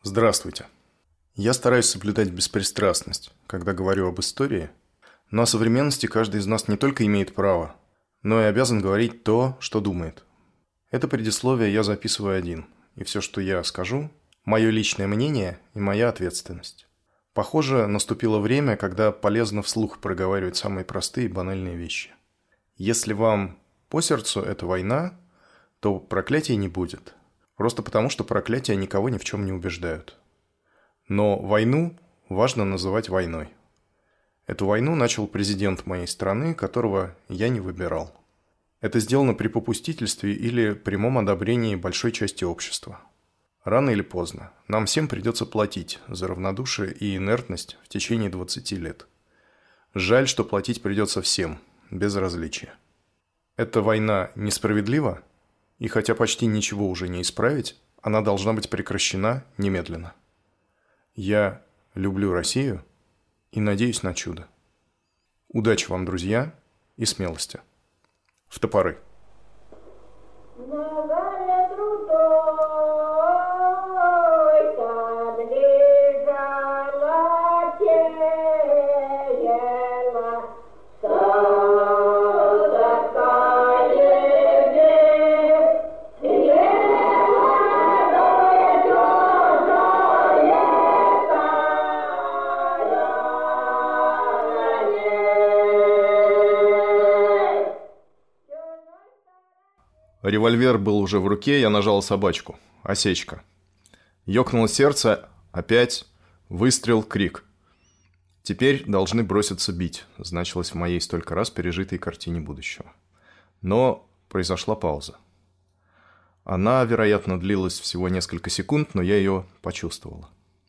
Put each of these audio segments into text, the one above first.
Здравствуйте. Я стараюсь соблюдать беспристрастность, когда говорю об истории, но о современности каждый из нас не только имеет право, но и обязан говорить то, что думает. Это предисловие я записываю один, и все, что я скажу – мое личное мнение и моя ответственность. Похоже, наступило время, когда полезно вслух проговаривать самые простые и банальные вещи. Если вам по сердцу эта война, то проклятий не будет. Просто потому, что проклятия никого ни в чем не убеждают. Но войну важно называть войной. Эту войну начал президент моей страны, которого я не выбирал. Это сделано при попустительстве или прямом одобрении большой части общества. Рано или поздно нам всем придется платить за равнодушие и инертность в течение 20 лет. Жаль, что платить придется всем, без различия. Эта война несправедлива, и хотя почти ничего уже не исправить, она должна быть прекращена немедленно. Я люблю Россию и надеюсь на чудо. Удачи вам, друзья, и смелости. В топоры. Револьвер был уже в руке, я нажал собачку. Осечка. Ёкнуло сердце, опять выстрел, крик. «Теперь должны броситься бить», значилось в моей столько раз пережитой картине будущего. Но произошла пауза. Она, вероятно, длилась всего несколько секунд, но я ее почувствовала.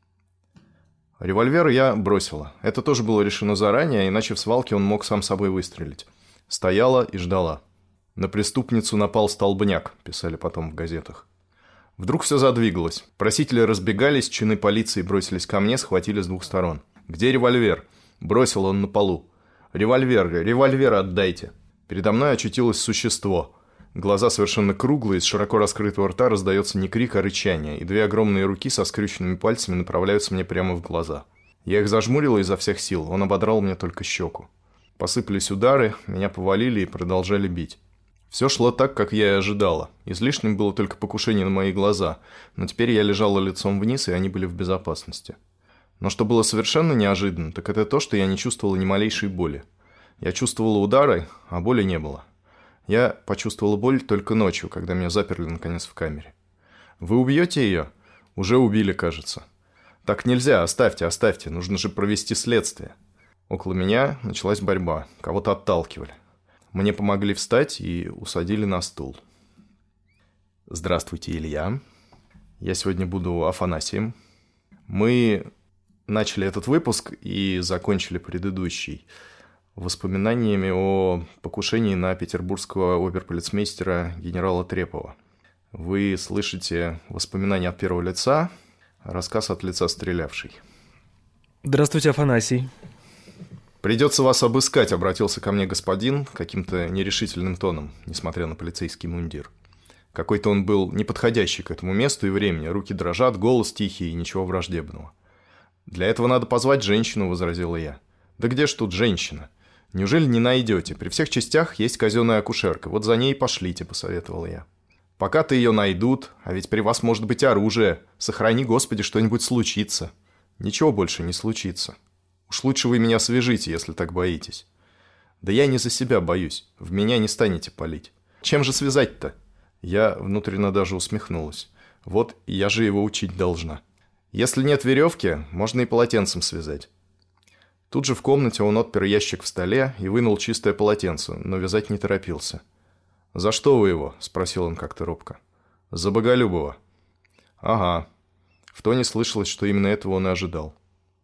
Револьвер я бросила. Это тоже было решено заранее, иначе в свалке он мог сам собой выстрелить. Стояла и ждала. «На преступницу напал столбняк», писали потом в газетах. Вдруг все задвигалось. Просители разбегались, чины полиции бросились ко мне, схватили с двух сторон. «Где револьвер?» Бросил он на полу. «Револьвер отдайте!» Передо мной очутилось существо. Глаза совершенно круглые, из широко раскрытого рта раздается не крик, а рычание, и две огромные руки со скрюченными пальцами направляются мне прямо в глаза. Я их зажмурила изо всех сил, он ободрал мне только щеку. Посыпались удары, меня повалили и продолжали бить. Все шло так, как я и ожидала. Излишним было только покушение на мои глаза, но теперь я лежала лицом вниз, и они были в безопасности. Но что было совершенно неожиданно, так это то, что я не чувствовала ни малейшей боли. Я чувствовала удары, а боли не было. Я почувствовала боль только ночью, когда меня заперли наконец в камере. «Вы убьете ее?» «Уже убили, кажется». «Так нельзя, оставьте, нужно же провести следствие». Около меня началась борьба, кого-то отталкивали. Мне помогли встать и усадили на стул. Здравствуйте, Илья. Я сегодня буду Афанасием. Мы начали этот выпуск и закончили предыдущий воспоминаниями о покушении на петербургского оберполицмейстера генерала Трепова. Вы слышите воспоминания от первого лица, рассказ от лица стрелявшей. Здравствуйте, Афанасий. «Придется вас обыскать», — обратился ко мне господин каким-то нерешительным тоном, несмотря на полицейский мундир. Какой-то он был неподходящий к этому месту и времени, руки дрожат, голос тихий и ничего враждебного. «Для этого надо позвать женщину», — возразила я. «Да где ж тут женщина? Неужели не найдете? При всех частях есть казенная акушерка, вот за ней и пошлите», — посоветовал я. «Пока-то ее найдут, а ведь при вас может быть оружие. Сохрани, Господи, что-нибудь случится». «Ничего больше не случится. Уж лучше вы меня свяжите, если так боитесь». «Да я не за себя боюсь. В меня не станете палить. Чем же связать-то?» Я внутренне даже усмехнулась. «Вот я же его учить должна. Если нет веревки, можно и полотенцем связать». Тут же в комнате он отпер ящик в столе и вынул чистое полотенце, но вязать не торопился. «За что вы его?» – спросил он как-то робко. «За Боголюбова». «Ага». В тоне слышалось, что именно этого он и ожидал.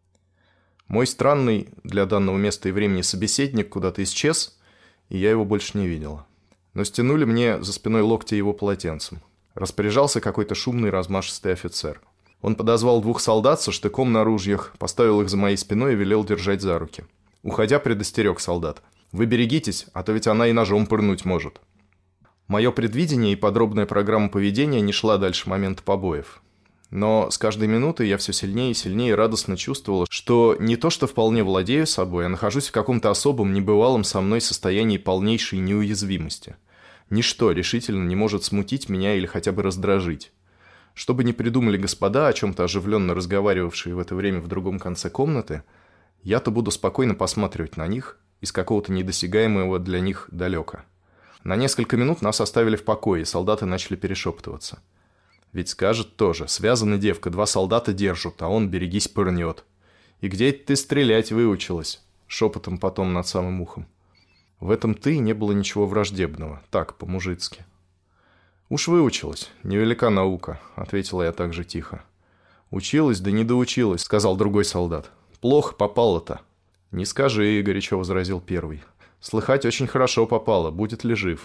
Мой странный для данного места и времени собеседник куда-то исчез, и я его больше не видела. Но стянули мне за спиной локти его полотенцем. Распоряжался какой-то шумный размашистый офицер. Он подозвал двух солдат со штыком на ружьях, поставил их за моей спиной и велел держать за руки. Уходя, предостерег солдат. «Вы берегитесь, а то ведь она и ножом пырнуть может». Мое предвидение и подробная программа поведения не шла дальше момента побоев. Но с каждой минутой я все сильнее и сильнее радостно чувствовал, что не то что вполне владею собой, а нахожусь в каком-то особом, небывалом со мной состоянии полнейшей неуязвимости. Ничто решительно не может смутить меня или хотя бы раздражить. Что бы ни придумали господа, о чем-то оживленно разговаривавшие в это время в другом конце комнаты, я-то буду спокойно посматривать на них из какого-то недосягаемого для них далека. На несколько минут нас оставили в покое, и солдаты начали перешептываться. Ведь скажет тоже: связана девка, 2 солдата держат, а он, берегись, пырнет. И где это ты стрелять выучилась? Шепотом потом над самым ухом. В этом ты не было ничего враждебного, так, по-мужицки. «Уж выучилась, невелика наука», — ответила я так же тихо. «Училась, да не доучилась», — сказал другой солдат. «Плохо попало-то». «Не скажи», — горячо возразил первый. «Слыхать, очень хорошо попало, будет ли жив».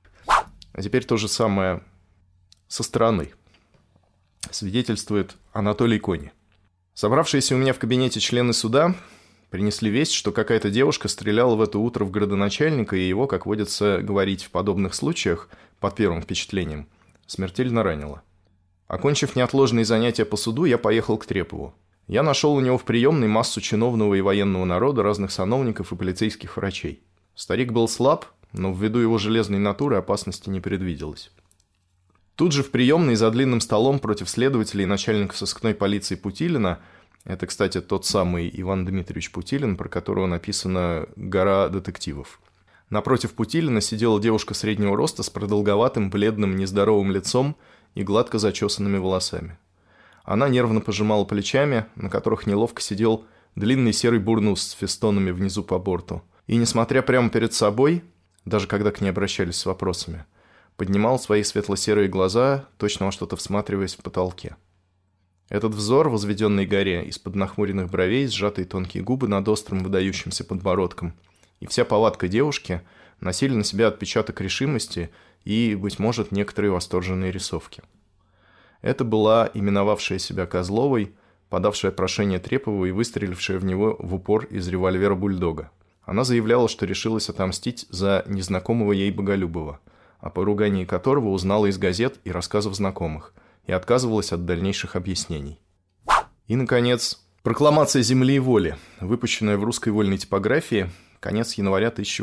А теперь то же самое со стороны. Свидетельствует Анатолий Кони. Собравшиеся у меня в кабинете члены суда принесли весть, что какая-то девушка стреляла в это утро в градоначальника, и его, как водится говорить в подобных случаях, под первым впечатлением, смертельно ранила. Окончив неотложные занятия по суду, я поехал к Трепову. Я нашел у него в приемной массу чиновного и военного народа, разных сановников и полицейских врачей. Старик был слаб, но ввиду его железной натуры опасности не предвиделось. Тут же в приемной за длинным столом против следователя и начальника сыскной полиции Путилина, это, кстати, тот самый Иван Дмитриевич Путилин, про которого написана «Гора детективов». Напротив Путилина сидела девушка среднего роста с продолговатым, бледным, нездоровым лицом и гладко зачесанными волосами. Она нервно пожимала плечами, на которых неловко сидел длинный серый бурнус с фестонами внизу по борту. И, несмотря прямо перед собой, даже когда к ней обращались с вопросами, поднимал свои светло-серые глаза, точно во что-то всматриваясь в потолке. Этот взор, возведенный горе, из-под нахмуренных бровей, сжатые тонкие губы над острым выдающимся подбородком, и вся повадка девушки носили на себя отпечаток решимости и, быть может, некоторые восторженные рисовки. Это была именовавшая себя Козловой, подавшая прошение Трепову и выстрелившая в него в упор из револьвера бульдога. Она заявляла, что решилась отомстить за незнакомого ей Боголюбова, о поругании которого узнала из газет и рассказов знакомых, и отказывалась от дальнейших объяснений. И, наконец, прокламация земли и воли, выпущенная в русской вольной типографии, конец января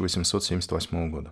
1878 года.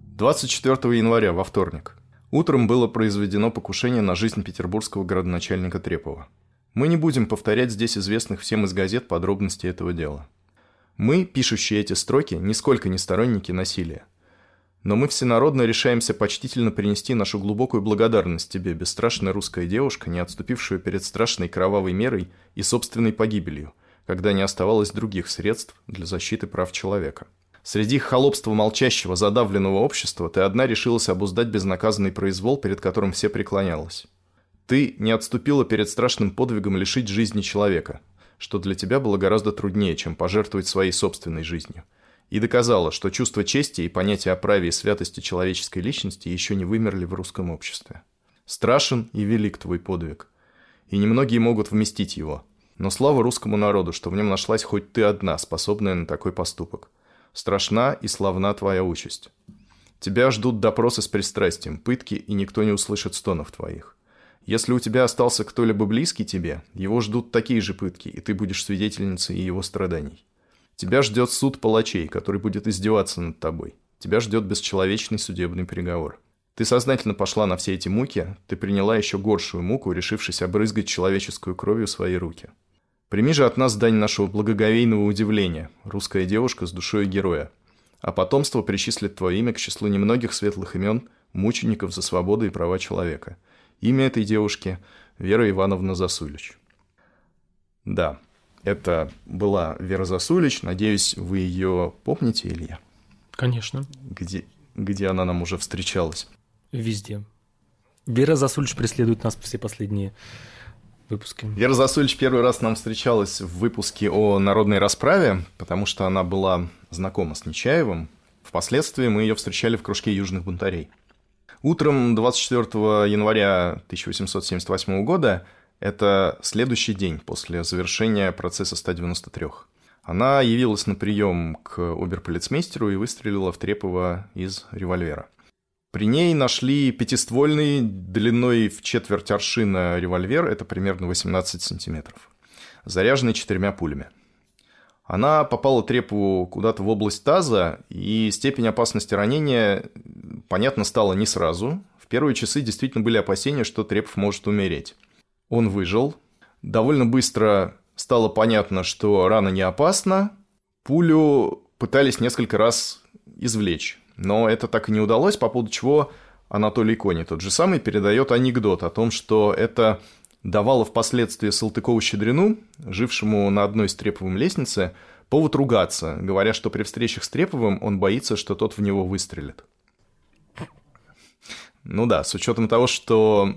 24 января, во вторник, утром было произведено покушение на жизнь петербургского градоначальника Трепова. Мы не будем повторять здесь известных всем из газет подробностей этого дела. Мы, пишущие эти строки, нисколько не сторонники насилия. Но мы всенародно решаемся почтительно принести нашу глубокую благодарность тебе, бесстрашная русская девушка, не отступившая перед страшной кровавой мерой и собственной погибелью, когда не оставалось других средств для защиты прав человека. Среди холопства молчащего, задавленного общества ты одна решилась обуздать безнаказанный произвол, перед которым все преклонялось. Ты не отступила перед страшным подвигом лишить жизни человека, что для тебя было гораздо труднее, чем пожертвовать своей собственной жизнью, и доказала, что чувство чести и понятие о праве и святости человеческой личности еще не вымерли в русском обществе. Страшен и велик твой подвиг, и немногие могут вместить его. Но слава русскому народу, что в нем нашлась хоть ты одна, способная на такой поступок. Страшна и славна твоя участь. Тебя ждут допросы с пристрастием, пытки, и никто не услышит стонов твоих. Если у тебя остался кто-либо близкий тебе, его ждут такие же пытки, и ты будешь свидетельницей его страданий. Тебя ждет суд палачей, который будет издеваться над тобой. Тебя ждет бесчеловечный судебный приговор. Ты сознательно пошла на все эти муки, ты приняла еще горшую муку, решившись обрызгать человеческую кровью свои руки. Прими же от нас дань нашего благоговейного удивления, русская девушка с душой героя. А потомство причислит твое имя к числу немногих светлых имен мучеников за свободу и права человека. Имя этой девушки – Вера Ивановна Засулич. Да, это была Вера Засулич. Надеюсь, вы ее помните, Илья? Конечно. Где она нам уже встречалась? Везде. Вера Засулич преследует нас все последние выпуски. Вера Засулич первый раз нам встречалась в выпуске о народной расправе, потому что она была знакома с Нечаевым. Впоследствии мы ее встречали в кружке южных бунтарей. Утром 24 января 1878 года, это следующий день после завершения процесса 193, она явилась на прием к оберполицмейстеру и выстрелила в Трепова из револьвера. При ней нашли пятиствольный, длиной в четверть аршина револьвер, это примерно 18 сантиметров, заряженный 4 пулями. Она попала Трепову куда-то в область таза, и степень опасности ранения, понятно, стала не сразу. В первые часы действительно были опасения, что Трепов может умереть. Он выжил. Довольно быстро стало понятно, что рана не опасна. Пулю пытались несколько раз извлечь. Но это так и не удалось, по поводу чего Анатолий Кони, тот же самый, передает анекдот о том, что это давало впоследствии Салтыкову-Щедрину, жившему на одной с Треповым лестнице, повод ругаться, говоря, что при встречах с Треповым он боится, что тот в него выстрелит. Ну да, с учетом того, что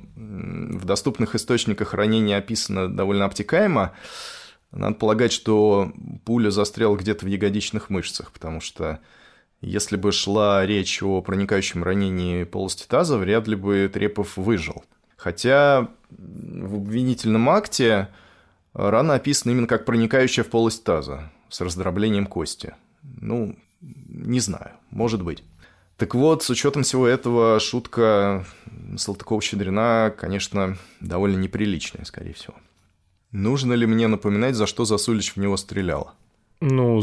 в доступных источниках ранение описано довольно обтекаемо, надо полагать, что пуля застряла где-то в ягодичных мышцах, потому что если бы шла речь о проникающем ранении полости таза, вряд ли бы Трепов выжил. Хотя в обвинительном акте рана описана именно как проникающая в полость таза с раздроблением кости. Ну, не знаю, может быть. Так вот, с учетом всего этого, шутка Салтыкова-Щедрина, конечно, довольно неприличная, скорее всего. Нужно ли мне напоминать, за что Засулич в него стрелял? Ну,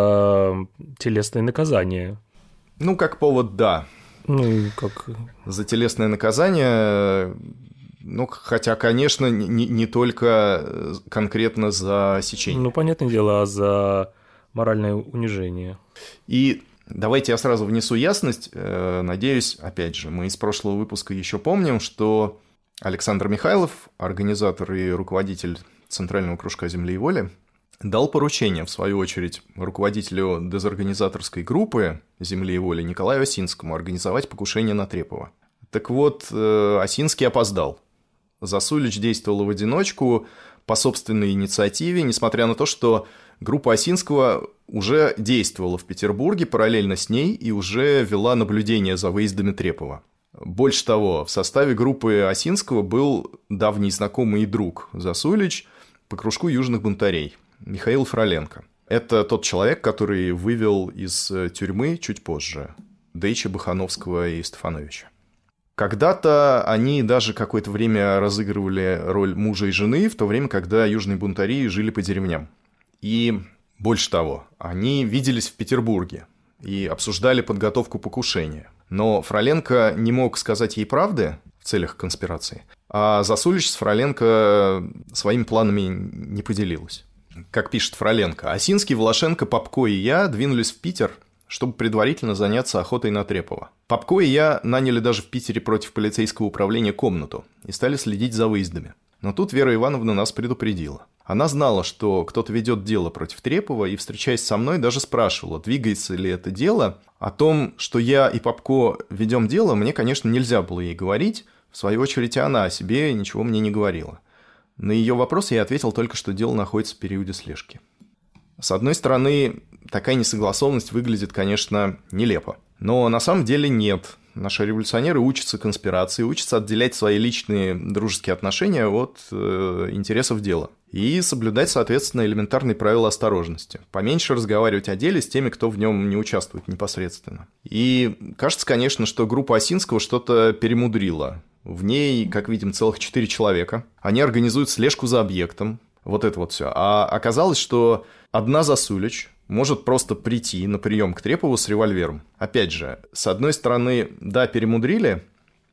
за телесное наказание. Ну, как повод, да. Ну, как... За телесное наказание, ну, хотя, конечно, не только конкретно за сечение. Ну, понятное дело, а за моральное унижение. И давайте я сразу внесу ясность. Надеюсь, опять же, мы из прошлого выпуска еще помним, что Александр Михайлов, организатор и руководитель Центрального кружка земли и воли, дал поручение, в свою очередь, руководителю дезорганизаторской группы «Земли и воли» Николаю Осинскому организовать покушение на Трепова. Так вот, Осинский опоздал. Засулич действовал в одиночку по собственной инициативе, несмотря на то, что группа Осинского уже действовала в Петербурге параллельно с ней и уже вела наблюдение за выездами Трепова. Больше того, в составе группы Осинского был давний знакомый и друг Засулич по кружку южных бунтарей Михаил Фроленко. Это тот человек, который вывел из тюрьмы чуть позже Дейча, Бахановского и Стефановича. Когда-то они даже какое-то время разыгрывали роль мужа и жены, в то время, когда южные бунтари жили по деревням. И больше того, они виделись в Петербурге и обсуждали подготовку покушения. Но Фроленко не мог сказать ей правды в целях конспирации, а Засулич с Фроленко своими планами не поделилась. Как пишет Фроленко, Осинский, Волошенко, Попко и я двинулись в Питер, чтобы предварительно заняться охотой на Трепова. Попко и я наняли даже в Питере против полицейского управления комнату и стали следить за выездами. Но тут Вера Ивановна нас предупредила. Она знала, что кто-то ведет дело против Трепова, и, встречаясь со мной, даже спрашивала, двигается ли это дело. О том, что я и Попко ведем дело, мне, конечно, нельзя было ей говорить. В свою очередь, она о себе ничего мне не говорила. На ее вопрос я ответил только, что дело находится в периоде слежки. С одной стороны, такая несогласованность выглядит, конечно, нелепо. Но на самом деле нет. Наши революционеры учатся конспирации, учатся отделять свои личные дружеские отношения от интересов дела. И соблюдать, соответственно, элементарные правила осторожности. Поменьше разговаривать о деле с теми, кто в нем не участвует непосредственно. И кажется, конечно, что группа Осинского что-то перемудрила. В ней, как видим, целых 4 человека. Они организуют слежку за объектом. Вот это вот все. А оказалось, что одна Засулич может просто прийти на прием к Трепову с револьвером. Опять же, с одной стороны, да, перемудрили,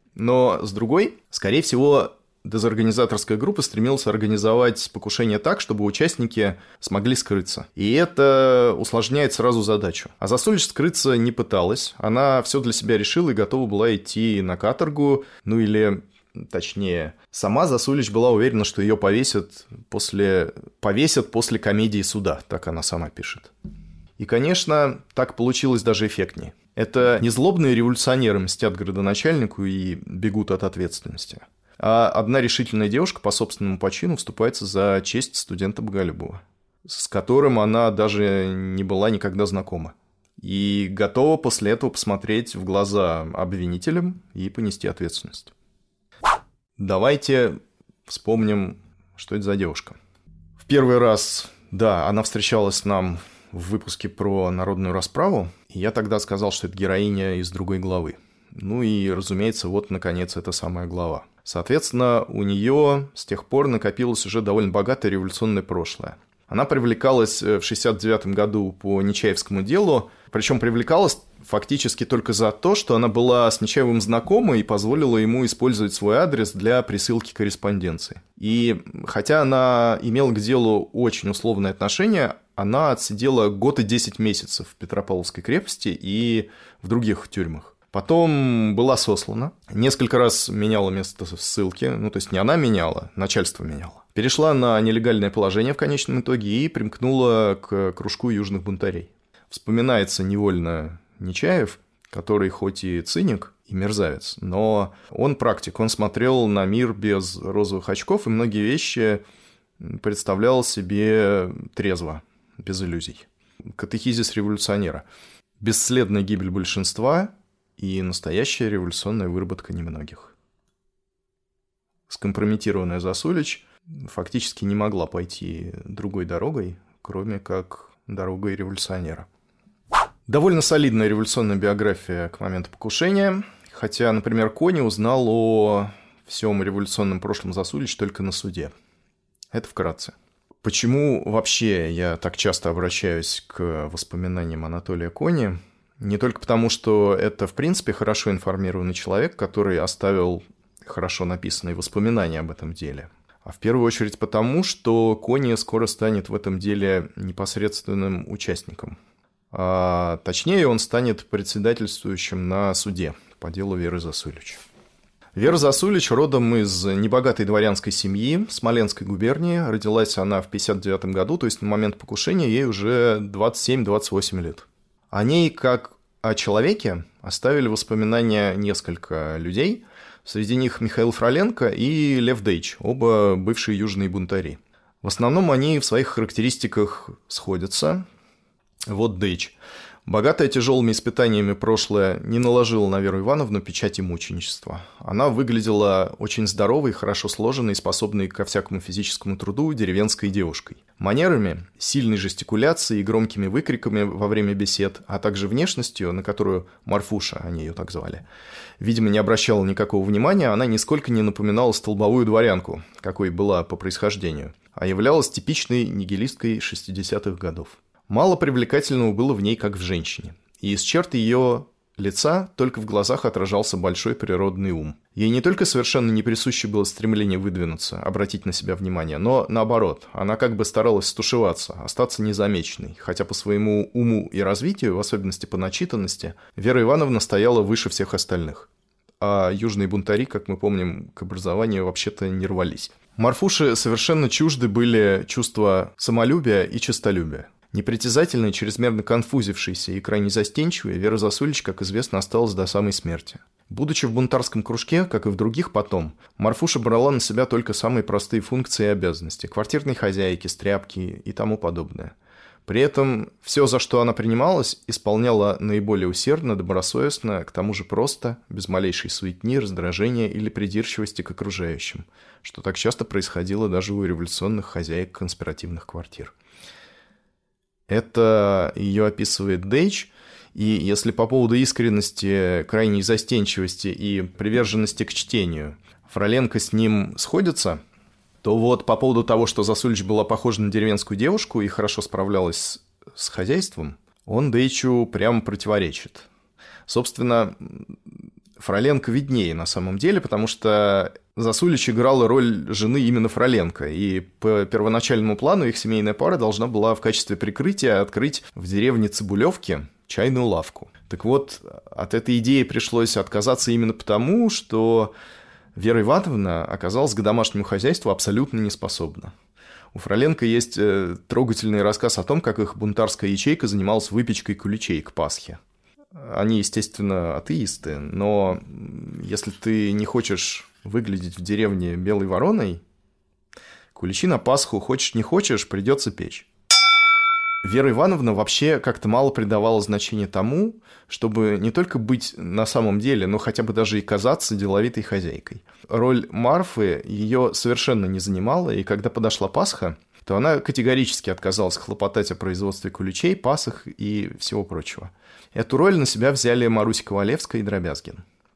но с другой, скорее всего, дезорганизаторская группа стремилась организовать покушение так, чтобы участники смогли скрыться. И это усложняет сразу задачу. А Засулич скрыться не пыталась. Она все для себя решила и готова была идти на каторгу, ну или... Точнее, сама Засулич была уверена, что ее повесят после комедии суда, так она сама пишет. И, конечно, так получилось даже эффектнее. Это не злобные революционеры мстят градоначальнику и бегут от ответственности, а одна решительная девушка по собственному почину вступается за честь студента Боголюбова, с которым она даже не была никогда знакома, и готова после этого посмотреть в глаза обвинителям и понести ответственность. Давайте вспомним, что это за девушка. В первый раз, да, она встречалась нам в выпуске про народную расправу, и я тогда сказал, что это героиня из другой главы. Ну и, разумеется, вот, наконец, эта самая глава. Соответственно, у нее с тех пор накопилось уже довольно богатое революционное прошлое. Она привлекалась в 1969 году по Нечаевскому делу, причем привлекалась фактически только за то, что она была с Нечаевым знакома и позволила ему использовать свой адрес для присылки корреспонденции. И хотя она имела к делу очень условное отношение, она отсидела год и 10 месяцев в Петропавловской крепости и в других тюрьмах. Потом была сослана, несколько раз меняла место ссылки, то есть не она меняла, начальство меняло. Перешла на нелегальное положение в конечном итоге и примкнула к кружку южных бунтарей. Вспоминается невольно Нечаев, который хоть и циник и мерзавец, но он практик, он смотрел на мир без розовых очков и многие вещи представлял себе трезво, без иллюзий. Катехизис революционера. Бесследная гибель большинства и настоящая революционная выработка немногих. Скомпрометированная Засулич фактически не могла пойти другой дорогой, кроме как дорогой революционера. Довольно солидная революционная биография к моменту покушения, хотя, например, Кони узнал о всем революционном прошлом Засулич только на суде. Это вкратце. Почему вообще я так часто обращаюсь к воспоминаниям Анатолия Кони? Не только потому, что это, в принципе, хорошо информированный человек, который оставил хорошо написанные воспоминания об этом деле, а в первую очередь потому, что Кони скоро станет в этом деле непосредственным участником. А точнее, он станет председательствующим на суде по делу Веры Засулич. Вера Засулич родом из небогатой дворянской семьи Смоленской губернии. Родилась она в 1959 году, то есть на момент покушения ей уже 27-28 лет. О ней, как о человеке, оставили воспоминания несколько людей. Среди них Михаил Фроленко и Лев Дейч, оба бывшие южные бунтари. В основном они в своих характеристиках сходятся. Вот Дейч. Богатое тяжелыми испытаниями прошлое не наложило на Веру Ивановну печати мученичества. Она выглядела очень здоровой, хорошо сложенной, способной ко всякому физическому труду деревенской девушкой. Манерами, сильной жестикуляцией и громкими выкриками во время бесед, а также внешностью, на которую Марфуша, они ее так звали, видимо, не обращала никакого внимания, она нисколько не напоминала столбовую дворянку, какой была по происхождению, а являлась типичной нигилисткой 60-х годов. Мало привлекательного было в ней, как в женщине. И из черт ее лица только в глазах отражался большой природный ум. Ей не только совершенно не присуще было стремление выдвинуться, обратить на себя внимание, но наоборот, она как бы старалась стушеваться, остаться незамеченной, хотя по своему уму и развитию, в особенности по начитанности, Вера Ивановна стояла выше всех остальных. А южные бунтари, как мы помним, к образованию вообще-то не рвались. Марфуше совершенно чужды были чувства самолюбия и честолюбия. Непритязательная, чрезмерно конфузившаяся и крайне застенчивая, Вера Засулич, как известно, осталась до самой смерти. Будучи в бунтарском кружке, как и в других потом, Марфуша брала на себя только самые простые функции и обязанности – квартирной хозяйки, стряпки и тому подобное. При этом все, за что она принималась, исполняла наиболее усердно, добросовестно, к тому же просто, без малейшей суетни, раздражения или придирчивости к окружающим, что так часто происходило даже у революционных хозяек конспиративных квартир. Это ее описывает Дейч, и если по поводу искренности, крайней застенчивости и приверженности к чтению Фроленко с ним сходится, то вот по поводу того, что Засулич была похожа на деревенскую девушку и хорошо справлялась с хозяйством, он Дейчу прямо противоречит. Собственно, Фроленко виднее на самом деле, потому что Засулич играла роль жены именно Фроленко, и по первоначальному плану их семейная пара должна была в качестве прикрытия открыть в деревне Цибулевке чайную лавку. Так вот, от этой идеи пришлось отказаться именно потому, что Вера Ивановна оказалась к домашнему хозяйству абсолютно неспособна. У Фроленко есть трогательный рассказ о том, как их бунтарская ячейка занималась выпечкой куличей к Пасхе. Они, естественно, атеисты, но если ты не хочешь выглядеть в деревне белой вороной, куличи на Пасху, хочешь не хочешь, придется печь. Вера Ивановна вообще как-то мало придавала значения тому, чтобы не только быть на самом деле, но хотя бы даже и казаться деловитой хозяйкой. Роль Марфы ее совершенно не занимала, и когда подошла Пасха, то она категорически отказалась хлопотать о производстве куличей, пасах и всего прочего. Эту роль на себя взяли Маруся Ковалевская и Дробязгин.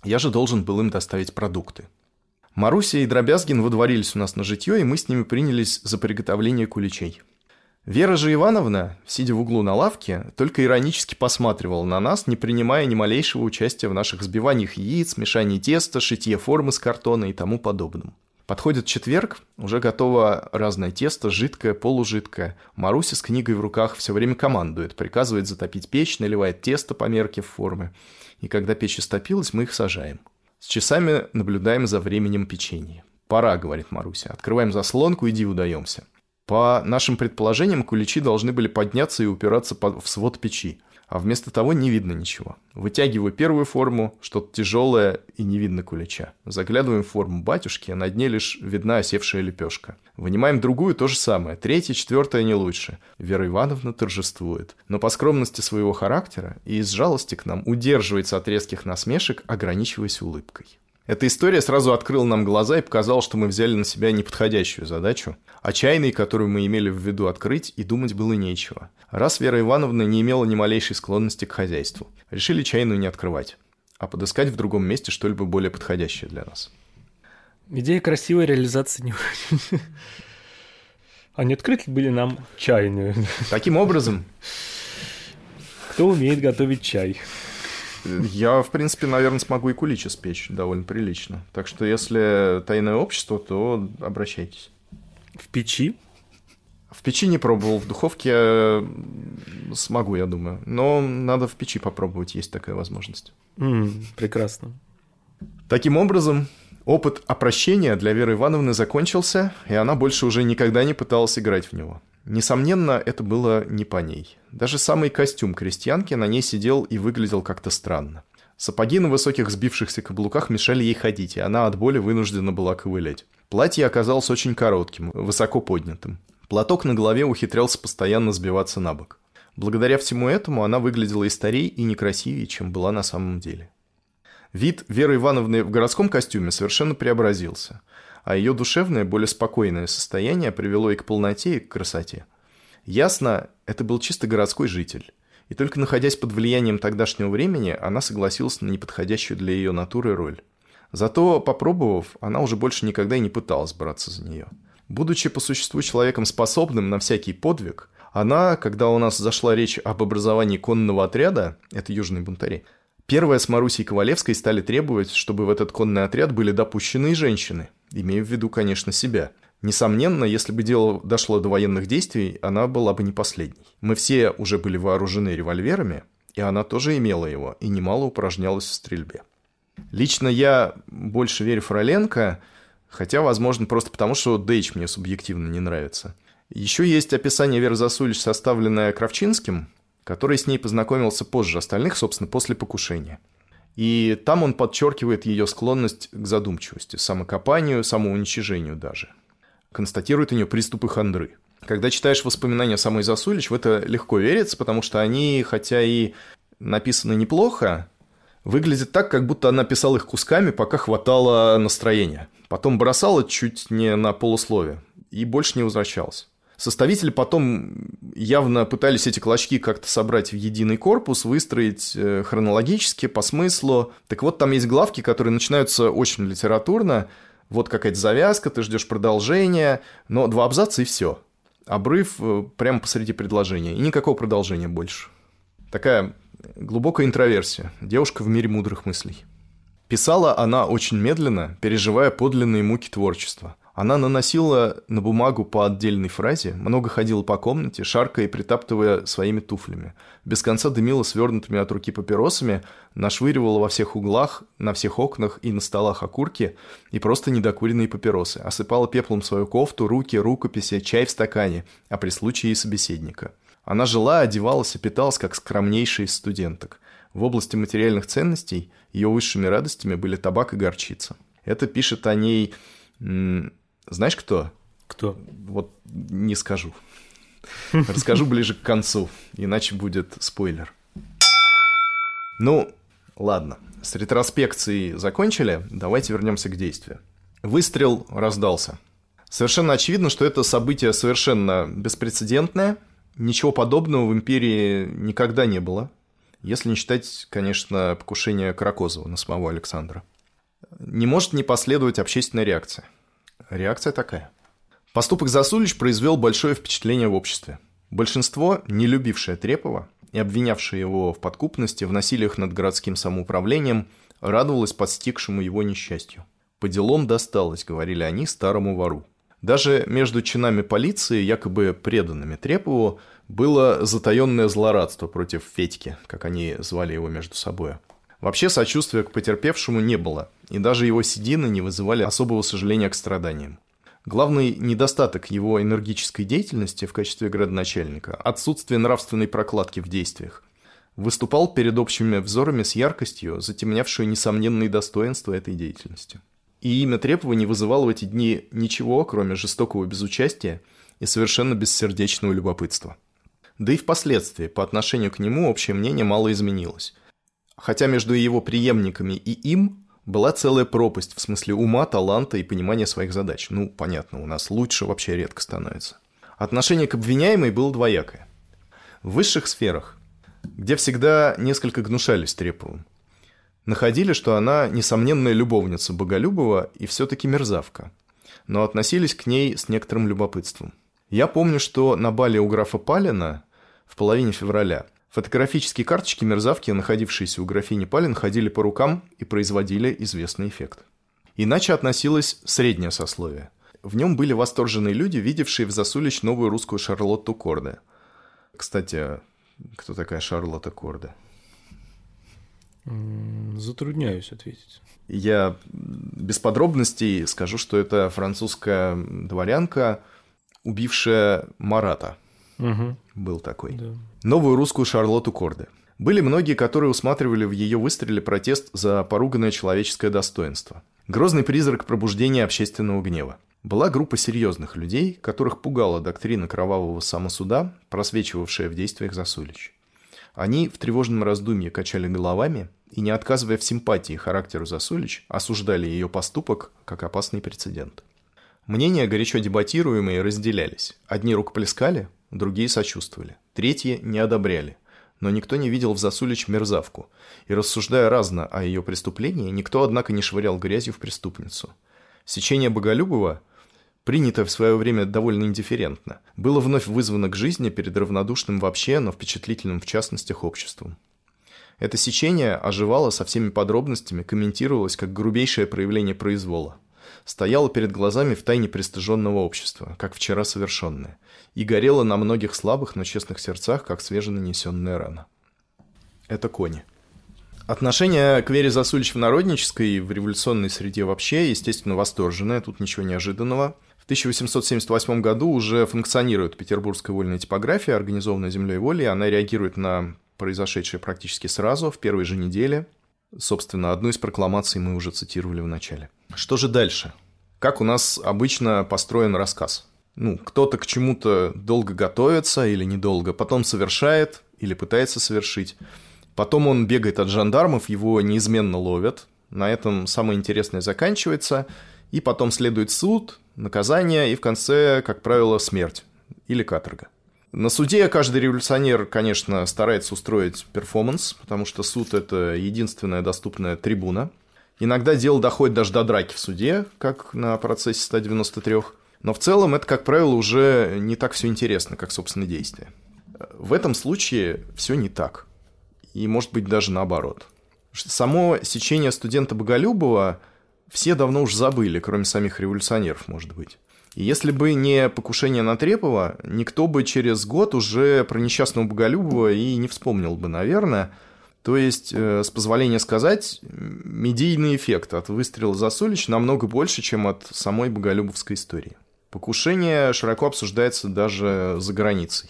Я же должен был им доставить продукты. Маруся и Дробязгин выдворились у нас на житье, и мы с ними принялись за приготовление куличей. Вера же Ивановна, сидя в углу на лавке, только иронически посматривала на нас, не принимая ни малейшего участия в наших взбиваниях яиц, мешании теста, шитье формы из картона и тому подобном. Подходит четверг, уже готово разное тесто, жидкое, полужидкое. Маруся с книгой в руках все время командует, приказывает затопить печь, наливает тесто по мерке в формы. И когда печь истопилась, мы их сажаем. С часами наблюдаем за временем печенья. «Пора», — говорит Маруся, — «открываем заслонку и диву даемся». По нашим предположениям, куличи должны были подняться и упираться в свод печи, а вместо того не видно ничего. Вытягиваю первую форму, что-то тяжелое, и не видно кулича. Заглядываем в форму батюшки, а на дне лишь видна осевшая лепешка. Вынимаем другую, то же самое. Третья, четвертая не лучше. Вера Ивановна торжествует. Но по скромности своего характера и из жалости к нам удерживается от резких насмешек, ограничиваясь улыбкой. Эта история сразу открыла нам глаза и показала, что мы взяли на себя неподходящую задачу. О чайной, которую мы имели в виду открыть, и думать было нечего. Раз Вера Ивановна не имела ни малейшей склонности к хозяйству, решили чайную не открывать, а подыскать в другом месте что-либо более подходящее для нас. Идея красивой, реализации не очень. А не открыть ли были нам чайную? Таким образом... Кто умеет готовить чай? Я, в принципе, наверное, смогу и куличи спечь довольно прилично. Так что, если тайное общество, то обращайтесь. В печи? В печи не пробовал, в духовке смогу, я думаю. Но надо в печи попробовать, есть такая возможность. Прекрасно. Таким образом, опыт опрощения для Веры Ивановны закончился, и она больше уже никогда не пыталась играть в него. Несомненно, это было не по ней. Даже самый костюм крестьянки на ней сидел и выглядел как-то странно. Сапоги на высоких сбившихся каблуках мешали ей ходить, и она от боли вынуждена была ковылять. Платье оказалось очень коротким, высоко поднятым. Платок на голове ухитрялся постоянно сбиваться на бок. Благодаря всему этому она выглядела и старей, и некрасивее, чем была на самом деле. Вид Веры Ивановны в городском костюме совершенно преобразился, а ее душевное, более спокойное состояние привело и к полноте, и к красоте. Ясно, это был чисто городской житель, и только находясь под влиянием тогдашнего времени, она согласилась на неподходящую для ее натуры роль. Зато, попробовав, она уже больше никогда и не пыталась браться за нее. Будучи по существу человеком способным на всякий подвиг, она, когда у нас зашла речь об образовании конного отряда, это южные бунтари, первая с Марусей Ковалевской стали требовать, чтобы в этот конный отряд были допущены и женщины, имея в виду, конечно, себя. Несомненно, если бы дело дошло до военных действий, она была бы не последней. Мы все уже были вооружены револьверами, и она тоже имела его, и немало упражнялась в стрельбе. Лично я больше верю Фроленко, хотя, возможно, просто потому, что Дейч мне субъективно не нравится. Еще есть описание Веры Засулич, составленное Кравчинским, который с ней познакомился позже остальных, собственно, после покушения. И там он подчеркивает ее склонность к задумчивости, самокопанию, самоуничижению даже. Констатирует у нее приступы хандры. Когда читаешь воспоминания самой Засулич, в это легко верится, потому что они, хотя и написаны неплохо, выглядят так, как будто она писала их кусками, пока хватало настроения. Потом бросала чуть не на полусловие и больше не возвращалась. Составители потом явно пытались эти клочки как-то собрать в единый корпус, выстроить хронологически, по смыслу. Так вот, там есть главки, которые начинаются очень литературно. Вот какая-то завязка, ты ждешь продолжения, но 2 абзаца и все. Обрыв прямо посреди предложения, и никакого продолжения больше. Такая глубокая интроверсия, девушка в мире мудрых мыслей. Писала она очень медленно, переживая подлинные муки творчества. Она наносила на бумагу по отдельной фразе, много ходила по комнате, шаркая и притаптывая своими туфлями. Без конца дымила свернутыми от руки папиросами, нашвыривала во всех углах, на всех окнах и на столах окурки и просто недокуренные папиросы. Осыпала пеплом свою кофту, руки, рукописи, чай в стакане, а при случае и собеседника. Она жила, одевалась и питалась, как скромнейшая из студенток. В области материальных ценностей ее высшими радостями были табак и горчица. Это пишет о ней... Знаешь, кто? Кто? Вот не скажу. Расскажу ближе к концу, иначе будет спойлер. Ну, ладно. С ретроспекцией закончили, давайте вернемся к действию. Выстрел раздался. Совершенно очевидно, что это событие совершенно беспрецедентное. Ничего подобного в империи никогда не было. если не считать, конечно, покушения Каракозова на самого Александра. Не может не последовать общественная реакция. Реакция такая. Поступок Засулич произвел большое впечатление в обществе. Большинство, не любившее Трепова и обвинявшее его в подкупности, в насилиях над городским самоуправлением, радовалось постигшему его несчастью. «По делам досталось», — говорили они, старому вору. Даже между чинами полиции, якобы преданными Трепову, было затаенное злорадство против Федьки, как они звали его между собой. Вообще сочувствия к потерпевшему не было, и даже его седины не вызывали особого сожаления к страданиям. Главный недостаток его энергической деятельности в качестве градоначальника – отсутствие нравственной прокладки в действиях. Выступал перед общими взорами с яркостью, затемнявшей несомненные достоинства этой деятельности. И имя Трепова не вызывало в эти дни ничего, кроме жестокого безучастия и совершенно бессердечного любопытства. Да и впоследствии по отношению к нему общее мнение мало изменилось. Хотя между его преемниками и им была целая пропасть в смысле ума, таланта и понимания своих задач. Ну, понятно, у нас лучше вообще редко становится. Отношение к обвиняемой было двоякое. В высших сферах, где всегда несколько гнушались Треповым, находили, что она несомненная любовница Боголюбова и все-таки мерзавка, но относились к ней с некоторым любопытством. Я помню, что на бале у графа Палина в половине февраля фотографические карточки мерзавки, находившиеся у графини Палин, ходили по рукам и производили известный эффект. Иначе относилось среднее сословие. В нем были восторженные люди, видевшие в Засулич новую русскую Шарлотту Корде. Кстати, кто такая Шарлотта Корде? Затрудняюсь ответить. Я без подробностей скажу, что это французская дворянка, убившая Марата. Угу. Был такой. Да. Новую русскую Шарлотту Корде. Были многие, которые усматривали в ее выстреле протест за поруганное человеческое достоинство. Грозный призрак пробуждения общественного гнева. Была группа серьезных людей, которых пугала доктрина кровавого самосуда, просвечивавшая в действиях Засулич. Они в тревожном раздумье качали головами и, не отказывая в симпатии характеру Засулич, осуждали ее поступок как опасный прецедент. Мнения, горячо дебатируемые, разделялись. Одни рукоплескали, другие сочувствовали, третьи не одобряли. Но никто не видел в Засулич мерзавку, и, рассуждая разно о ее преступлении, никто, однако, не швырял грязью в преступницу. Сечение Боголюбова, принято в свое время довольно индифферентно, было вновь вызвано к жизни перед равнодушным вообще, но впечатлительным в частностях обществом. Это сечение оживало со всеми подробностями, комментировалось как грубейшее проявление произвола. Стояло перед глазами втайне пристыженного общества, как вчера совершенное, и горело на многих слабых, но честных сердцах, как свеженанесенная рана. Это кони. Отношение к Вере Засулич в народнической и в революционной среде вообще, естественно, восторженное, тут ничего неожиданного. В 1878 году уже функционирует Петербургская вольная типография, организованная «Землей и волей». Она реагирует на произошедшее практически сразу, в первой же неделе. Собственно, одну из прокламаций мы уже цитировали в начале. Что же дальше? Как у нас обычно построен рассказ? Кто-то к чему-то долго готовится или недолго, потом совершает или пытается совершить. Потом он бегает от жандармов, его неизменно ловят. На этом самое интересное заканчивается. И потом следует суд, наказание и в конце, как правило, смерть или каторга. На суде каждый революционер, конечно, старается устроить перформанс, потому что суд – это единственная доступная трибуна. Иногда дело доходит даже до драки в суде, как на процессе 193. Но в целом это, как правило, уже не так все интересно, как, собственно, действие. В этом случае все не так. И, может быть, даже наоборот. Само сечение студента Боголюбова все давно уж забыли, кроме самих революционеров, может быть. И если бы не покушение на Трепова, никто бы через год уже про несчастного Боголюбова и не вспомнил бы, наверное. То есть, с позволения сказать, медийный эффект от выстрела Засулич намного больше, чем от самой боголюбовской истории. Покушение широко обсуждается даже за границей.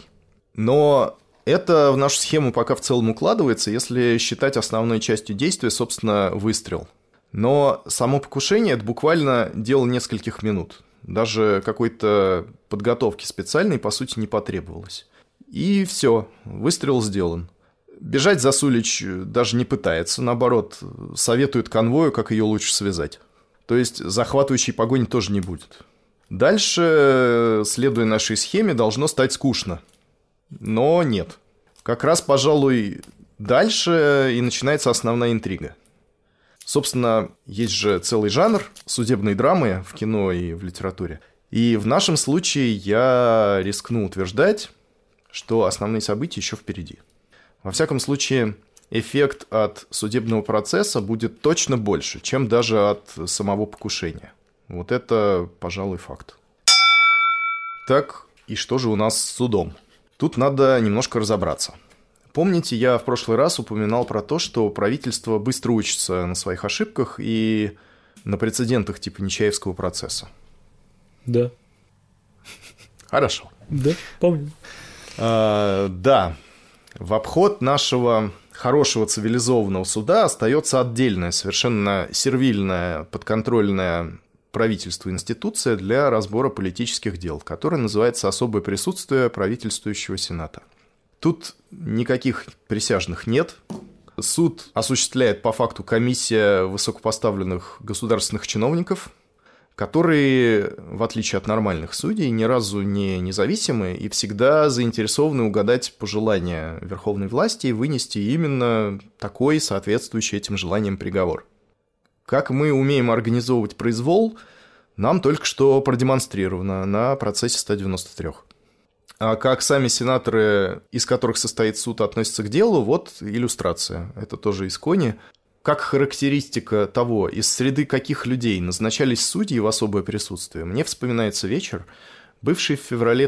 Но это в нашу схему пока в целом укладывается, если считать основной частью действия, собственно, выстрел. Но само покушение – это буквально дело нескольких минут. Даже какой-то подготовки специальной, по сути, не потребовалось. И все, выстрел сделан. Бежать Засулич даже не пытается, наоборот, советует конвою, как ее лучше связать. То есть захватывающей погони тоже не будет. Дальше, следуя нашей схеме, должно стать скучно. Но нет. Как раз, пожалуй, дальше и начинается основная интрига. Собственно, есть же целый жанр судебной драмы в кино и в литературе. И в нашем случае я рискну утверждать, что основные события еще впереди. Во всяком случае, эффект от судебного процесса будет точно больше, чем даже от самого покушения. Вот это, пожалуй, факт. Так, и что же у нас с судом? Тут надо немножко разобраться. Помните, я в прошлый раз упоминал про то, что правительство быстро учится на своих ошибках и на прецедентах типа Нечаевского процесса? Да. Хорошо. Да, помню. Да, в обход нашего хорошего цивилизованного суда остается отдельная, совершенно сервильная, подконтрольная правительству институция для разбора политических дел, которая называется «Особое присутствие правительствующего Сената». Тут никаких присяжных нет. Суд осуществляет по факту комиссия высокопоставленных государственных чиновников, которые, в отличие от нормальных судей, ни разу не независимы и всегда заинтересованы угадать пожелания верховной власти и вынести именно такой, соответствующий этим желаниям приговор. Как мы умеем организовывать произвол, нам только что продемонстрировано на процессе 193. А как сами сенаторы, из которых состоит суд, относятся к делу, вот иллюстрация. Это тоже из Кони. Как характеристика того, из среды каких людей назначались судьи в особое присутствие, мне вспоминается вечер, бывший в феврале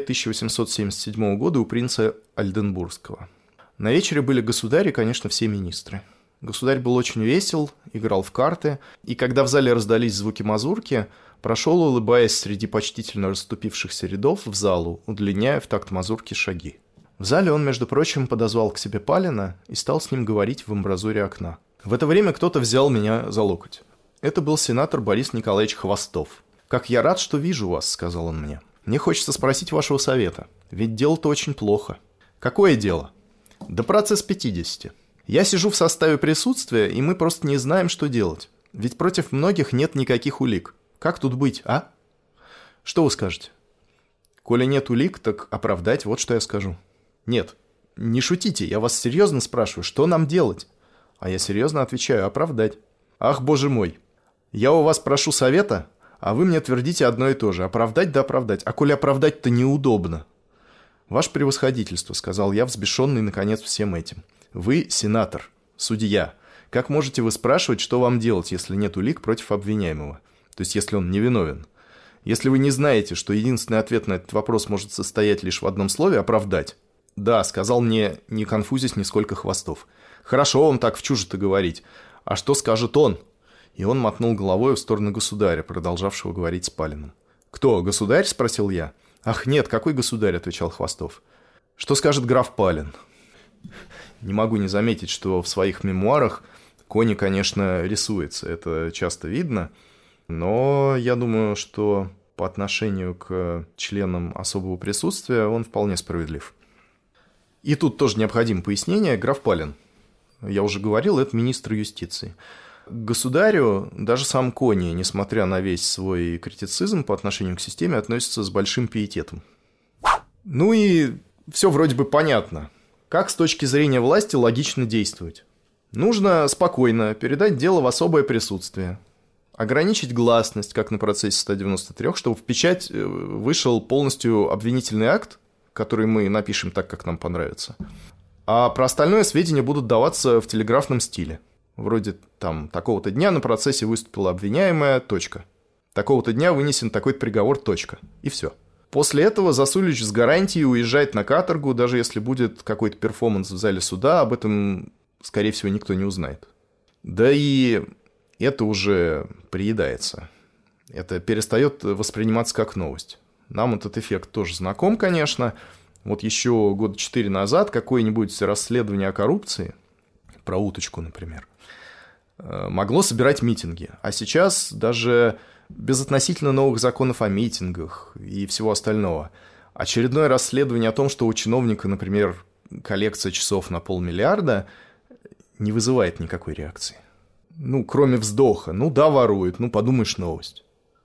1877 года у принца Ольденбургского. На вечере были государь и, конечно, все министры. Государь был очень весел, играл в карты, и когда в зале раздались звуки мазурки, прошел, улыбаясь среди почтительно расступившихся рядов, в залу, удлиняя в такт мазурки шаги. В зале он, между прочим, подозвал к себе Палина и стал с ним говорить в амбразуре окна. В это время кто-то взял меня за локоть. Это был сенатор Борис Николаевич Хвостов. «Как я рад, что вижу вас», — сказал он мне. «Мне хочется спросить вашего совета, ведь дело-то очень плохо». «Какое дело?» «Да процесс 50. Я сижу в составе присутствия, и мы просто не знаем, что делать. Ведь против многих нет никаких улик. Как тут быть, а?» «Что вы скажете?» «Коли нет улик, так оправдать, вот что я скажу». «Нет, не шутите, я вас серьезно спрашиваю, что нам делать?» А я серьезно отвечаю: оправдать. «Ах, боже мой, я у вас прошу совета, а вы мне твердите одно и то же: оправдать да оправдать. А коли оправдать-то неудобно». «Ваше превосходительство», — сказал я, взбешенный, наконец, всем этим. «Вы сенатор, судья. Как можете вы спрашивать, что вам делать, если нет улик против обвиняемого? То есть, если он невиновен? Если вы не знаете, что единственный ответ на этот вопрос может состоять лишь в одном слове — оправдать». «Да», — сказал мне, не конфузясь нисколько Хвостов. «Хорошо вам так в чуже-то говорить. А что скажет он?» И он мотнул головой в сторону государя, продолжавшего говорить с Палиным. «Кто, государь?» — спросил я. «Ах, нет, какой государь?» — отвечал Хвостов. «Что скажет граф Палин?» Не могу не заметить, что в своих мемуарах Кони, конечно, рисуется. Это часто видно. Но я думаю, что по отношению к членам особого присутствия он вполне справедлив. И тут тоже необходимо пояснение. Граф Палин, я уже говорил, это министр юстиции. К государю даже сам Кони, несмотря на весь свой критицизм по отношению к системе, относится с большим пиететом. Ну и все вроде бы понятно. Как с точки зрения власти логично действовать? Нужно спокойно передать дело в особое присутствие, ограничить гласность, как на процессе 193, чтобы в печать вышел полностью обвинительный акт, который мы напишем так, как нам понравится. А про остальное сведения будут даваться в телеграфном стиле. Вроде там такого-то дня на процессе выступила обвиняемая, точка. Такого-то дня вынесен такой-то приговор, точка. И все. После этого Засулич с гарантией уезжает на каторгу, даже если будет какой-то перформанс в зале суда, об этом, скорее всего, никто не узнает. Да и это уже приедается. Это перестает восприниматься как новость. Нам этот эффект тоже знаком, конечно. Вот еще года 4 назад какое-нибудь расследование о коррупции, про уточку, например, могло собирать митинги. А сейчас даже без относительно новых законов о митингах и всего остального очередное расследование о том, что у чиновника, например, коллекция часов на 500 000 000, не вызывает никакой реакции. Ну, кроме вздоха. Ну да, воруют, ну подумаешь, новость.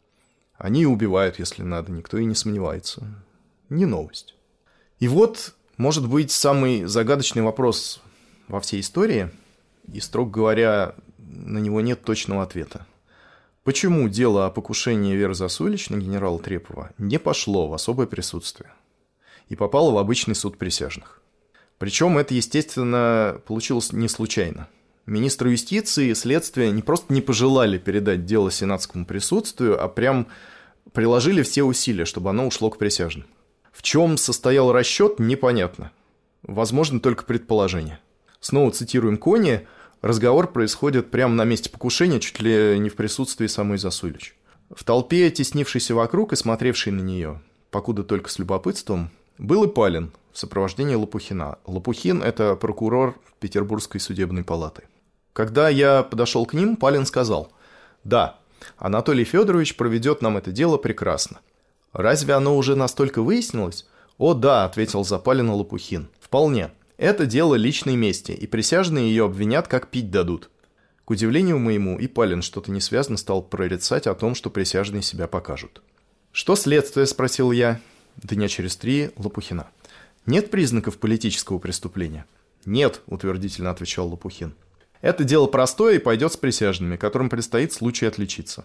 Они убивают, если надо, никто и не сомневается. Не новость. И вот, может быть, самый загадочный вопрос во всей истории, и, строго говоря, на него нет точного ответа. Почему дело о покушении Веры Засулич на генерала Трепова не пошло в особое присутствие и попало в обычный суд присяжных? Причем это, естественно, получилось не случайно. Министру юстиции и следствия не просто не пожелали передать дело сенатскому присутствию, а прям приложили все усилия, чтобы оно ушло к присяжным. В чем состоял расчет, непонятно. Возможно, только предположение. Снова цитируем Кони. Разговор происходит прямо на месте покушения, чуть ли не в присутствии самой Засулич. В толпе, теснившейся вокруг и смотревшей на нее, покуда только с любопытством, был и Палин в сопровождении Лопухина. Лопухин – это прокурор Петербургской судебной палаты. Когда я подошел к ним, Палин сказал: «Да, Анатолий Федорович проведет нам это дело прекрасно». «Разве оно уже настолько выяснилось?» «О, да», – ответил за Палина Лопухин. «Вполне. Это дело личной мести, и присяжные ее обвинят, как пить дадут». К удивлению моему, и Палин что-то несвязно стал прорицать о том, что присяжные себя покажут. «Что следствие?» – спросил я. Дня через 3 Лопухина. «Нет признаков политического преступления?» «Нет», – утвердительно отвечал Лопухин. «Это дело простое и пойдет с присяжными, которым предстоит случай отличиться».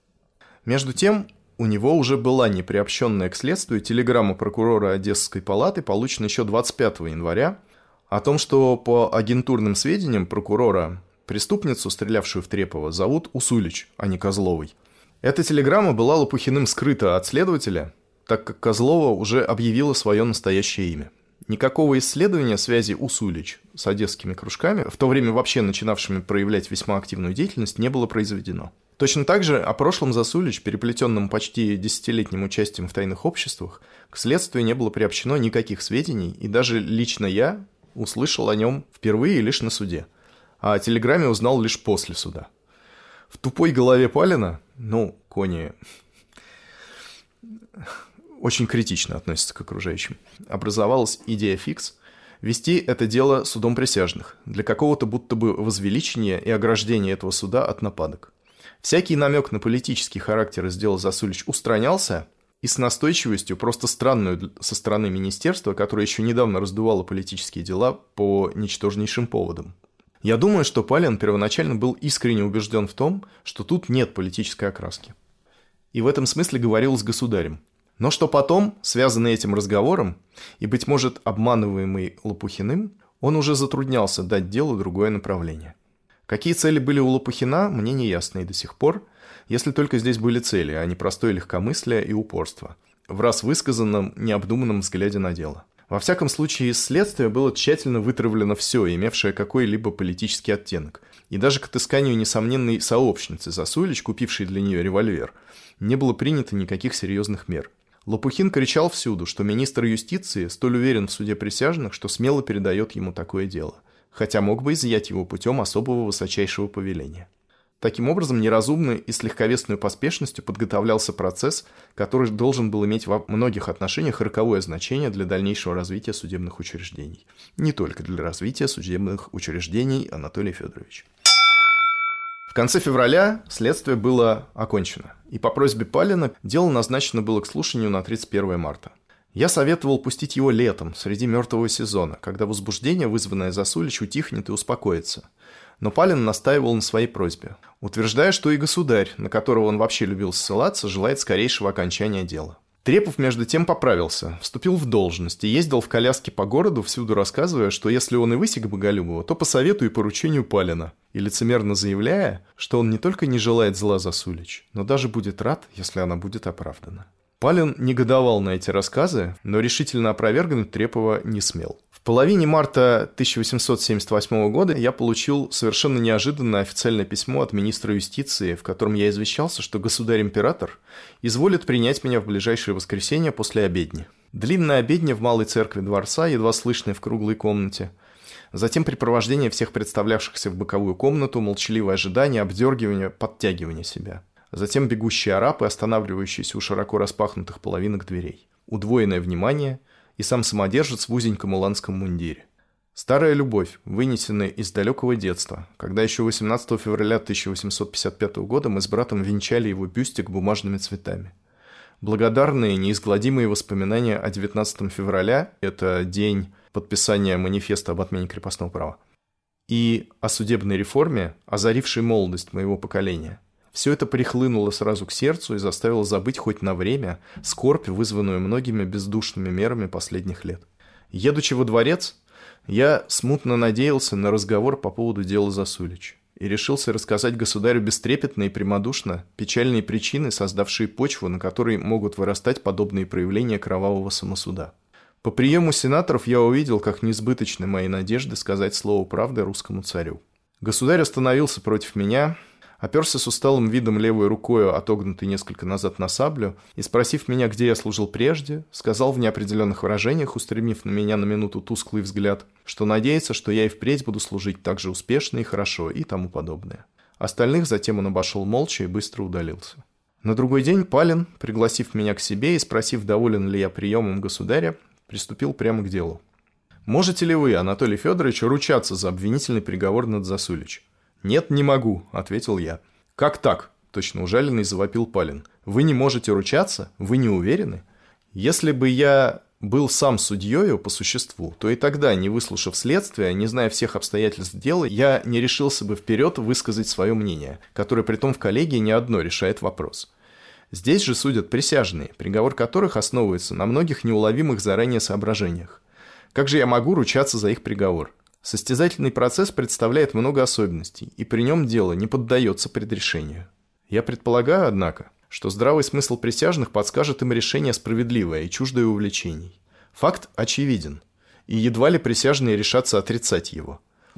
Между тем, у него уже была неприобщенная к следствию телеграмма прокурора Одесской палаты, полученная еще 25 января, о том, что по агентурным сведениям прокурора преступницу, стрелявшую в Трепова, зовут Усулич, а не Козловой. Эта телеграмма была Лопухиным скрыта от следователя, так как Козлова уже объявила свое настоящее имя. Никакого исследования связи Усулич с одесскими кружками, в то время вообще начинавшими проявлять весьма активную деятельность, не было произведено. Точно так же о прошлом Засулич, переплетенном почти десятилетним участием в тайных обществах, к следствию не было приобщено никаких сведений, и даже лично я услышал о нем впервые лишь на суде, а о телеграмме узнал лишь после суда. В тупой голове Палина, Кони очень критично относится к окружающим, образовалась идея фикс вести это дело судом присяжных для какого-то будто бы возвеличения и ограждения этого суда от нападок. Всякий намек на политический характер из дела Засулич устранялся, и с настойчивостью, просто странную со стороны министерства, которое еще недавно раздувало политические дела по ничтожнейшим поводам. Я думаю, что Палин первоначально был искренне убежден в том, что тут нет политической окраски. И в этом смысле говорил с государем. Но что потом, связанный этим разговором, и, быть может, обманываемый Лопухиным, он уже затруднялся дать делу другое направление. Какие цели были у Лопухина, мне не ясно и до сих пор, если только здесь были цели, а не простое легкомыслие и упорство, в раз высказанном, необдуманном взгляде на дело. Во всяком случае, из следствия было тщательно вытравлено все, имевшее какой-либо политический оттенок, и даже к отысканию несомненной сообщницы Засулич, купившей для нее револьвер, не было принято никаких серьезных мер. Лопухин кричал всюду, что министр юстиции столь уверен в суде присяжных, что смело передает ему такое дело, хотя мог бы изъять его путем особого высочайшего повеления. Таким образом, неразумно и с легковесной поспешностью подготовлялся процесс, который должен был иметь во многих отношениях роковое значение для дальнейшего развития судебных учреждений. Не только для развития судебных учреждений, Анатолий Федорович. В конце февраля следствие было окончено, и по просьбе Палина дело назначено было к слушанию на 31 марта. Я советовал пустить его летом, среди мертвого сезона, когда возбуждение, вызванное Засулич, утихнет и успокоится. Но Палин настаивал на своей просьбе, утверждая, что и государь, на которого он вообще любил ссылаться, желает скорейшего окончания дела. Трепов, между тем, поправился, вступил в должность и ездил в коляске по городу, всюду рассказывая, что если он и высек Боголюбова, то по совету и поручению Палина, и лицемерно заявляя, что он не только не желает зла Засулич, но даже будет рад, если она будет оправдана. Палин негодовал на эти рассказы, но решительно опровергнуть Трепова не смел. В половине марта 1878 года я получил совершенно неожиданное официальное письмо от министра юстиции, в котором я извещался, что государь-император изволит принять меня в ближайшее воскресенье после обедни. Длинная обедня в малой церкви дворца, едва слышная в круглой комнате. Затем припровождение всех представлявшихся в боковую комнату, молчаливое ожидание, обдергивание, подтягивание себя. Затем бегущие арапы, останавливающиеся у широко распахнутых половинок дверей. Удвоенное внимание и сам самодержец в узеньком уланском мундире. Старая любовь, вынесенная из далекого детства, когда еще 18 февраля 1855 года мы с братом венчали его бюстик бумажными цветами. Благодарные, неизгладимые воспоминания о 19 февраля, это день подписания манифеста об отмене крепостного права. и о судебной реформе, озарившей молодость моего поколения. Все это прихлынуло сразу к сердцу и заставило забыть хоть на время скорбь, вызванную многими бездушными мерами последних лет. Едучи во дворец, я смутно надеялся на разговор по поводу дела Засулич и решился рассказать государю бестрепетно и прямодушно печальные причины, создавшие почву, на которой могут вырастать подобные проявления кровавого самосуда. По приему сенаторов я увидел, как несбыточны мои надежды сказать слово правды русскому царю. Государь остановился против меня, оперся с усталым видом левой рукой, отогнутой несколько назад на саблю, и, спросив меня, где я служил прежде, сказал в неопределенных выражениях, устремив на меня на минуту тусклый взгляд, что надеется, что я и впредь буду служить так же успешно и хорошо, и тому подобное. Остальных затем он обошел молча и быстро удалился. На другой день Палин, пригласив меня к себе и спросив, доволен ли я приемом государя, приступил прямо к делу. «Можете ли вы, Анатолий Федорович, ручаться за обвинительный приговор над Засулич?» «Нет, не могу», — ответил я. «Как так?» — точно ужаленный завопил Палин. «Вы не можете ручаться? Вы не уверены? Если бы я был сам судьёю по существу, то и тогда, не выслушав следствия, не зная всех обстоятельств дела, я не решился бы вперед высказать свое мнение, которое притом в коллегии не одно решает вопрос. Здесь же судят присяжные, приговор которых основывается на многих неуловимых заранее соображениях. Как же я могу ручаться за их приговор? Состязательный процесс представляет много особенностей, и при нем дело не поддается предрешению. Я предполагаю, однако, что здравый смысл присяжных подскажет им решение справедливое и чуждое увлечений. Факт очевиден, и едва ли присяжные решатся отрицать его.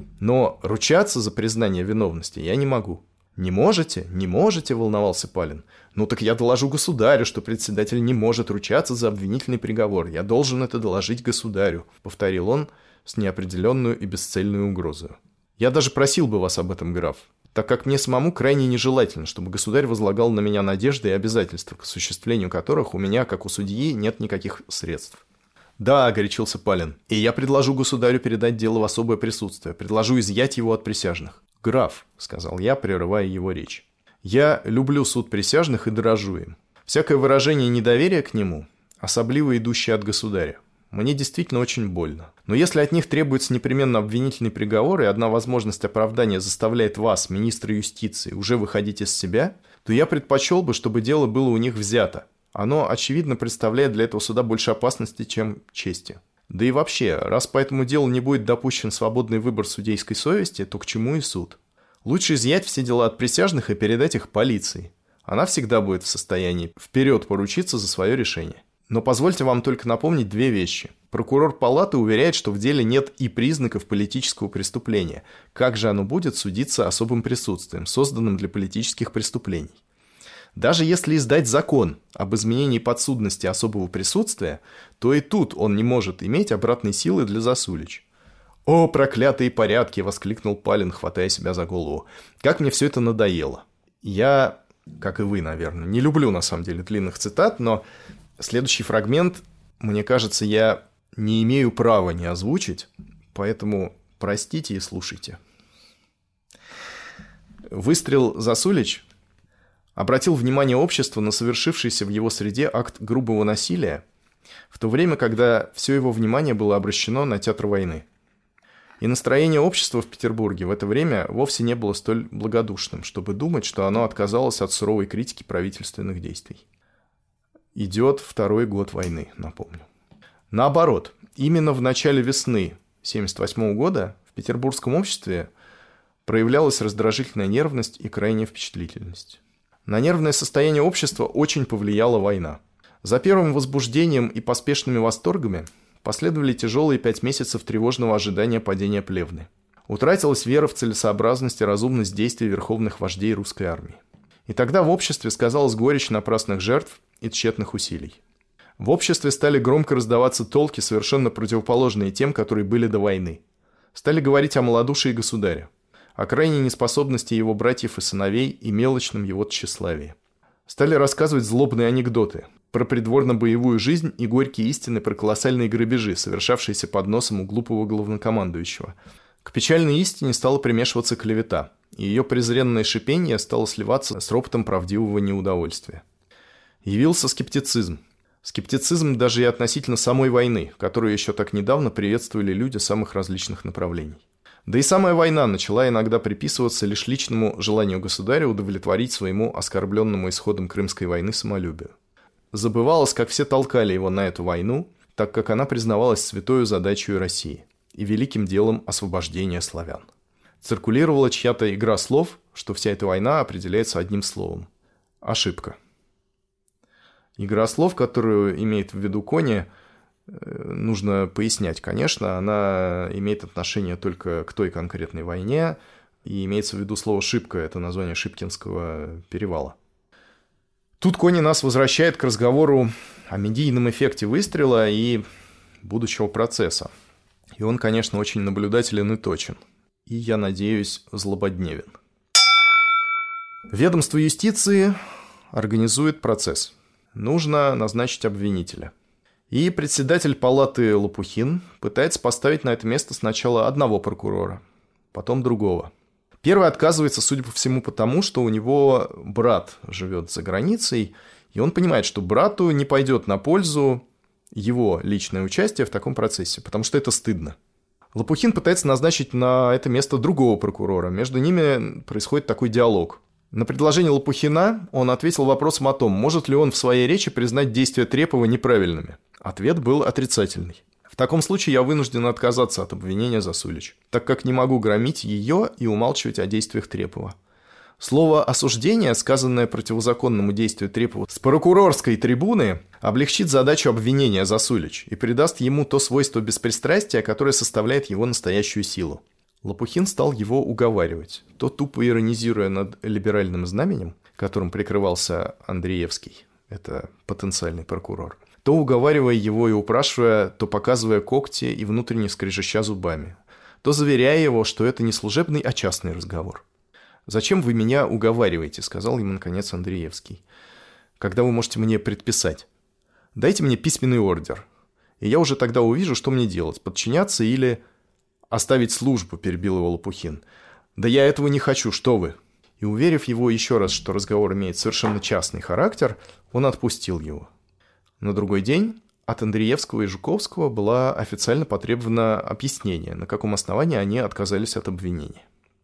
Но ручаться за признание виновности я не могу». «Не можете? Не можете?» – волновался Палин. «Ну так я доложу государю, что председатель не может ручаться за обвинительный приговор. Я должен это доложить государю», – повторил он с неопределенную и бесцельную угрозой. «Я даже просил бы вас об этом, граф, так как мне самому крайне нежелательно, чтобы государь возлагал на меня надежды и обязательства, к осуществлению которых у меня, как у судьи, нет никаких средств». «Да», – горячился Палин, – «и я предложу государю передать дело в особое присутствие, предложу изъять его от присяжных». «Граф», – сказал я, прерывая его речь, – «я люблю суд присяжных и дорожу им. Всякое выражение недоверия к нему, особливо идущее от государя, мне действительно очень больно. Но если от них требуется непременно обвинительный приговор, и одна возможность оправдания заставляет вас, министра юстиции, уже выходить из себя, то я предпочел бы, чтобы дело было у них взято. Оно, очевидно, представляет для этого суда больше опасности, чем чести. Да и вообще, раз по этому делу не будет допущен свободный выбор судейской совести, то к чему и суд? Лучше изъять все дела от присяжных и передать их полиции. Она всегда будет в состоянии вперед поручиться за свое решение. Но позвольте вам только напомнить две вещи. Прокурор палаты уверяет, что в деле нет и признаков политического преступления. Как же оно будет судиться особым присутствием, созданным для политических преступлений? Даже если издать закон об изменении подсудности особого присутствия, то и тут он не может иметь обратной силы для Засулич. «О, проклятые порядки!» – воскликнул Палин, хватая себя за голову. «Как мне все это надоело!» Я, как и вы, наверное, не люблю на самом деле длинных цитат, но следующий фрагмент, мне кажется, я не имею права не озвучить, поэтому простите и слушайте. Выстрел Засулич обратил внимание общества на совершившийся в его среде акт грубого насилия, в то время, когда все его внимание было обращено на театр войны. И настроение общества в Петербурге в это время вовсе не было столь благодушным, чтобы думать, что оно отказалось от суровой критики правительственных действий. Идет второй год войны, напомню. Наоборот, именно в начале весны 1978 года в петербургском обществе проявлялась раздражительная нервность и крайняя впечатлительность. На нервное состояние общества очень повлияла война. За первым возбуждением и поспешными восторгами последовали тяжелые 5 месяцев тревожного ожидания падения Плевны. Утратилась вера в целесообразность и разумность действий верховных вождей русской армии. И тогда в обществе сказалась горечь напрасных жертв и тщетных усилий. В обществе стали громко раздаваться толки, совершенно противоположные тем, которые были до войны. Стали говорить о малодушии государя, о крайней неспособности его братьев и сыновей и мелочном его тщеславии. Стали рассказывать злобные анекдоты про придворно-боевую жизнь и горькие истины про колоссальные грабежи, совершавшиеся под носом у глупого главнокомандующего. К печальной истине стала примешиваться клевета, и ее презренное шипение стало сливаться с ропотом правдивого неудовольствия. Явился скептицизм. Скептицизм даже и относительно самой войны, которую еще так недавно приветствовали люди самых различных направлений. Да и самая война начала иногда приписываться лишь личному желанию государя удовлетворить своему оскорбленному исходом Крымской войны самолюбию. Забывалось, как все толкали его на эту войну, так как она признавалась святою задачей России и великим делом освобождения славян. Циркулировала чья-то игра слов, что вся эта война определяется одним словом – ошибка. Игра слов, которую имеет в виду Кони, нужно пояснять, конечно, она имеет отношение только к той конкретной войне, и имеется в виду слово «шибка», это название Шипкинского перевала. Тут Кони нас возвращает к разговору о медийном эффекте выстрела и будущего процесса. И он, конечно, очень наблюдателен и точен. И, я надеюсь, злободневен. Ведомство юстиции организует процесс. Нужно назначить обвинителя. И председатель палаты Лопухин пытается поставить на это место сначала одного прокурора, потом другого. Первый отказывается, судя по всему, потому, что у него брат живет за границей, и он понимает, что брату не пойдет на пользу его личное участие в таком процессе, потому что это стыдно. Лопухин пытается назначить на это место другого прокурора. Между ними происходит такой диалог. На предложение Лопухина он ответил вопросом о том, может ли он в своей речи признать действия Трепова неправильными. Ответ был отрицательный. В таком случае я вынужден отказаться от обвинения Засулич, так как не могу громить ее и умалчивать о действиях Трепова. Слово «осуждение», сказанное противозаконному действию Трепова с прокурорской трибуны, облегчит задачу обвинения Засулич и придаст ему то свойство беспристрастия, которое составляет его настоящую силу. Лопухин стал его уговаривать, то тупо иронизируя над либеральным знаменем, которым прикрывался Андреевский, это потенциальный прокурор, то уговаривая его и упрашивая, то показывая когти и внутренне скрежеща зубами, то заверяя его, что это не служебный, а частный разговор. «Зачем вы меня уговариваете?» — сказал ему, наконец, Андреевский. «Когда вы можете мне предписать? Дайте мне письменный ордер, и я уже тогда увижу, что мне делать, подчиняться или...» «Оставить службу», — перебил его Лопухин. «Да я этого не хочу, что вы!» И, уверив его еще раз, что разговор имеет совершенно частный характер, он отпустил его. На другой день от Андреевского и Жуковского было официально потребовано объяснение, на каком основании они отказались от обвинения.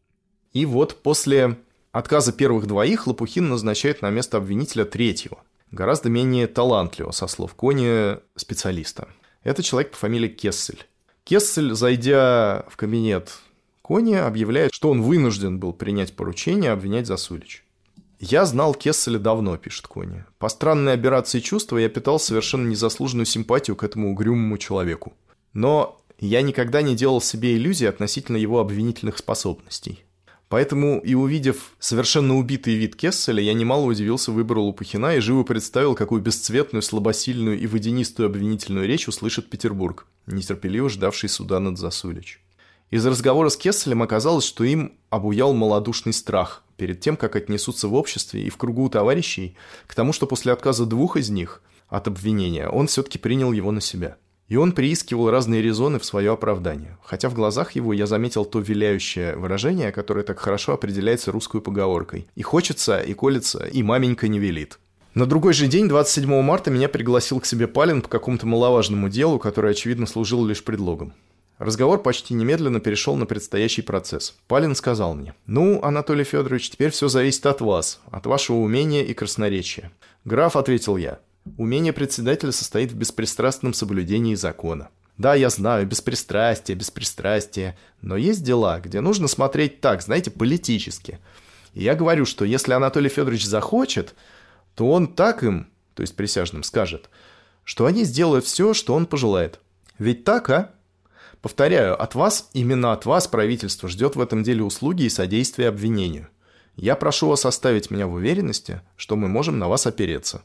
И вот после отказа первых двоих Лопухин назначает на место обвинителя третьего, гораздо менее талантливого, со слов Кони, специалиста. Это человек по фамилии Кессель. Кессель, зайдя в кабинет Кони, объявляет, что он вынужден был принять поручение обвинять Засулич. «Я знал Кесселя давно», — пишет Кони. «По странной аберрации чувства я питал совершенно незаслуженную симпатию к этому угрюмому человеку. Но я никогда не делал себе иллюзий относительно его обвинительных способностей. Поэтому и увидев совершенно убитый вид Кесселя, я немало удивился выбору Лопухина и живо представил, какую бесцветную, слабосильную и водянистую обвинительную речь услышит Петербург, нетерпеливо ждавший суда над Засулич. Из разговора с Кесселем оказалось, что им обуял малодушный страх перед тем, как отнесутся в обществе и в кругу товарищей к тому, что после отказа двух из них от обвинения он все-таки принял его на себя. И он приискивал разные резоны в свое оправдание. Хотя в глазах его я заметил то виляющее выражение, которое так хорошо определяется русской поговоркой. «И хочется, и колется, и маменька не велит». На другой же день, 27 марта, меня пригласил к себе Палин по какому-то маловажному делу, которое, очевидно, служило лишь предлогом. Разговор почти немедленно перешел на предстоящий процесс. Палин сказал мне: «Ну, Анатолий Федорович, теперь все зависит от вас, от вашего умения и красноречия». «Граф», — ответил я, — «умение председателя состоит в беспристрастном соблюдении закона». «Да, я знаю, беспристрастие, но есть дела, где нужно смотреть так, знаете, политически. И я говорю, что если Анатолий Федорович захочет, то он так им, то есть присяжным, скажет, что они сделают все, что он пожелает. Ведь так, а? Повторяю, от вас, именно от вас правительство ждет в этом деле услуги и содействия обвинению. Я прошу вас оставить меня в уверенности, что мы можем на вас опереться.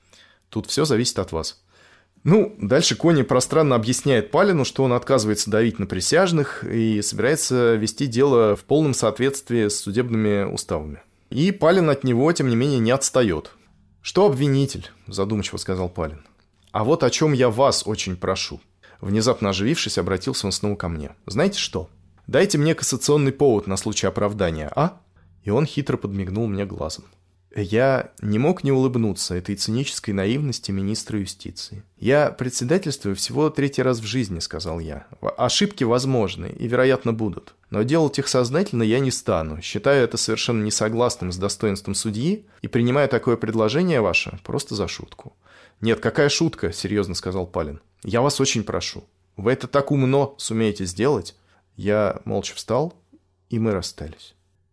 Тут все зависит от вас». Ну, дальше Кони пространно объясняет Палину, что он отказывается давить на присяжных и собирается вести дело в полном соответствии с судебными уставами. И Палин от него, тем не менее, не отстает. «Что обвинитель?» – задумчиво сказал Палин. «А вот о чем я вас очень прошу». Внезапно оживившись, обратился он снова ко мне. «Знаете что? Дайте мне кассационный повод на случай оправдания, а?» И он хитро подмигнул мне глазом. Я не мог не улыбнуться этой цинической наивности министра юстиции. «Я председательствую всего 3-й раз в жизни», — сказал я. «Ошибки возможны и, вероятно, будут. Но делать их сознательно я не стану, считаю это совершенно несогласным с достоинством судьи и принимаю такое предложение ваше просто за шутку». «Нет, какая шутка?» — серьезно сказал Палин. «Я вас очень прошу. Вы это так умно сумеете сделать». Я молча встал, и мы расстались.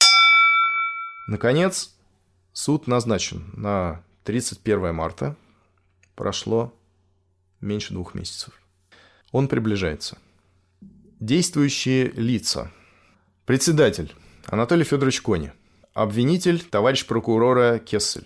Наконец, суд назначен на 31 марта. Прошло меньше 2 месяцев. Он приближается. Действующие лица. Председатель Анатолий Федорович Кони. Обвинитель товарищ прокурора Кессель.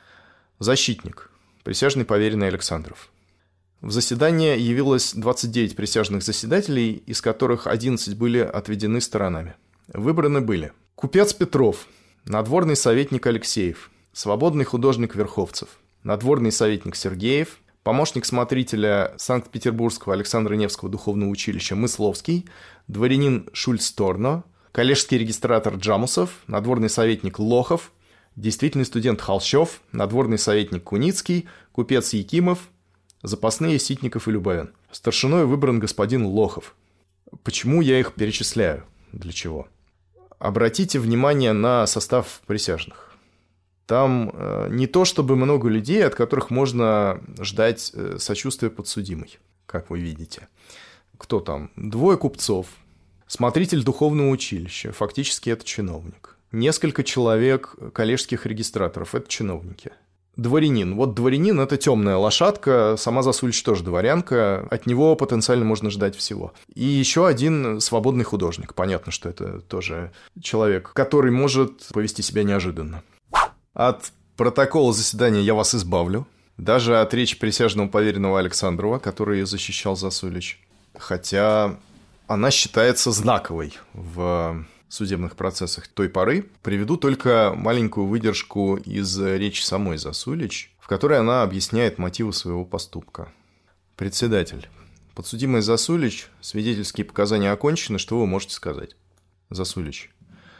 Защитник присяжный поверенный Александров. В заседание явилось 29 присяжных заседателей, из которых 11 были отведены сторонами. Выбраны были купец Петров, надворный советник Алексеев, свободный художник Верховцев, надворный советник Сергеев, помощник смотрителя Санкт-Петербургского Александра Невского духовного училища Мысловский, дворянин Шульц-Торно, коллежский регистратор Джамусов, надворный советник Лохов, действительный студент Холщев, надворный советник Куницкий, купец Якимов, запасные Ситников и Любавин. Старшиной выбран господин Лохов. Почему я их перечисляю? Для чего? Обратите внимание на состав присяжных. Там не то чтобы много людей, от которых можно ждать сочувствия подсудимой, как вы видите. Кто там? 2 купцов, смотритель духовного училища, фактически это чиновник. Несколько человек коллежских регистраторов, это чиновники. Дворянин. Вот дворянин – это темная лошадка, сама Засулич тоже дворянка, от него потенциально можно ждать всего. И еще один свободный художник. Понятно, что это тоже человек, который может повести себя неожиданно. От протокола заседания я вас избавлю. Даже от речи присяжного поверенного Александрова, который защищал Засулич. Хотя она считается знаковой в судебных процессах той поры. Приведу только маленькую выдержку из речи самой Засулич, в которой она объясняет мотивы своего поступка. Председатель. Подсудимый Засулич, свидетельские показания окончены, что вы можете сказать? Засулич.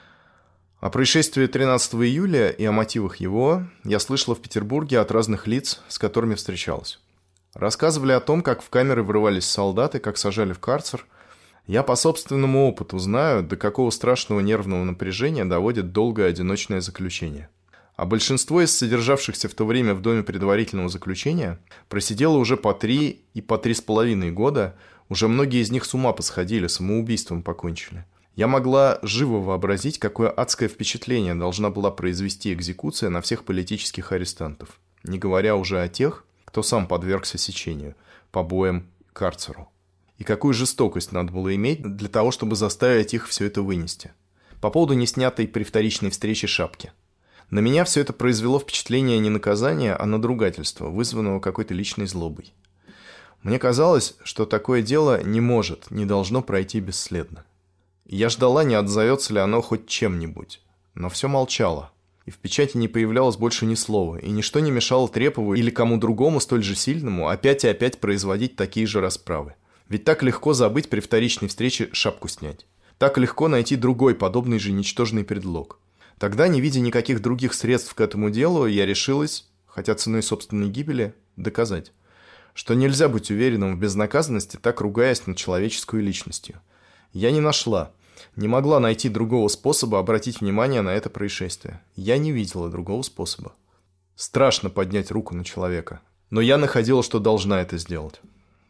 О происшествии 13 июля и о мотивах его я слышала в Петербурге от разных лиц, с которыми встречалась. Рассказывали о том, как в камеры врывались солдаты, как сажали в карцер. Я по собственному опыту знаю, до какого страшного нервного напряжения доводит долгое одиночное заключение. А большинство из содержавшихся в то время в доме предварительного заключения просидело уже по 3 и по 3,5 года, уже многие из них с ума посходили, самоубийством покончили. Я могла живо вообразить, какое адское впечатление должна была произвести экзекуция на всех политических арестантов, не говоря уже о тех, кто сам подвергся сечению, побоям, карцеру. И какую жестокость надо было иметь для того, чтобы заставить их все это вынести. По поводу неснятой при вторичной встрече шапки. На меня все это произвело впечатление не наказания, а надругательства, вызванного какой-то личной злобой. Мне казалось, что такое дело не может, не должно пройти бесследно. Я ждала, не отзовется ли оно хоть чем-нибудь. Но все молчало. И в печати не появлялось больше ни слова, и ничто не мешало Трепову или кому другому столь же сильному опять и опять производить такие же расправы. Ведь так легко забыть при вторичной встрече шапку снять. Так легко найти другой, подобный же ничтожный предлог. Тогда, не видя никаких других средств к этому делу, я решилась, хотя ценой собственной гибели, доказать, что нельзя быть уверенным в безнаказанности, так ругаясь над человеческую личностью. Я не нашла, не могла найти другого способа обратить внимание на это происшествие. Я не видела другого способа. Страшно поднять руку на человека, но я находила, что должна это сделать.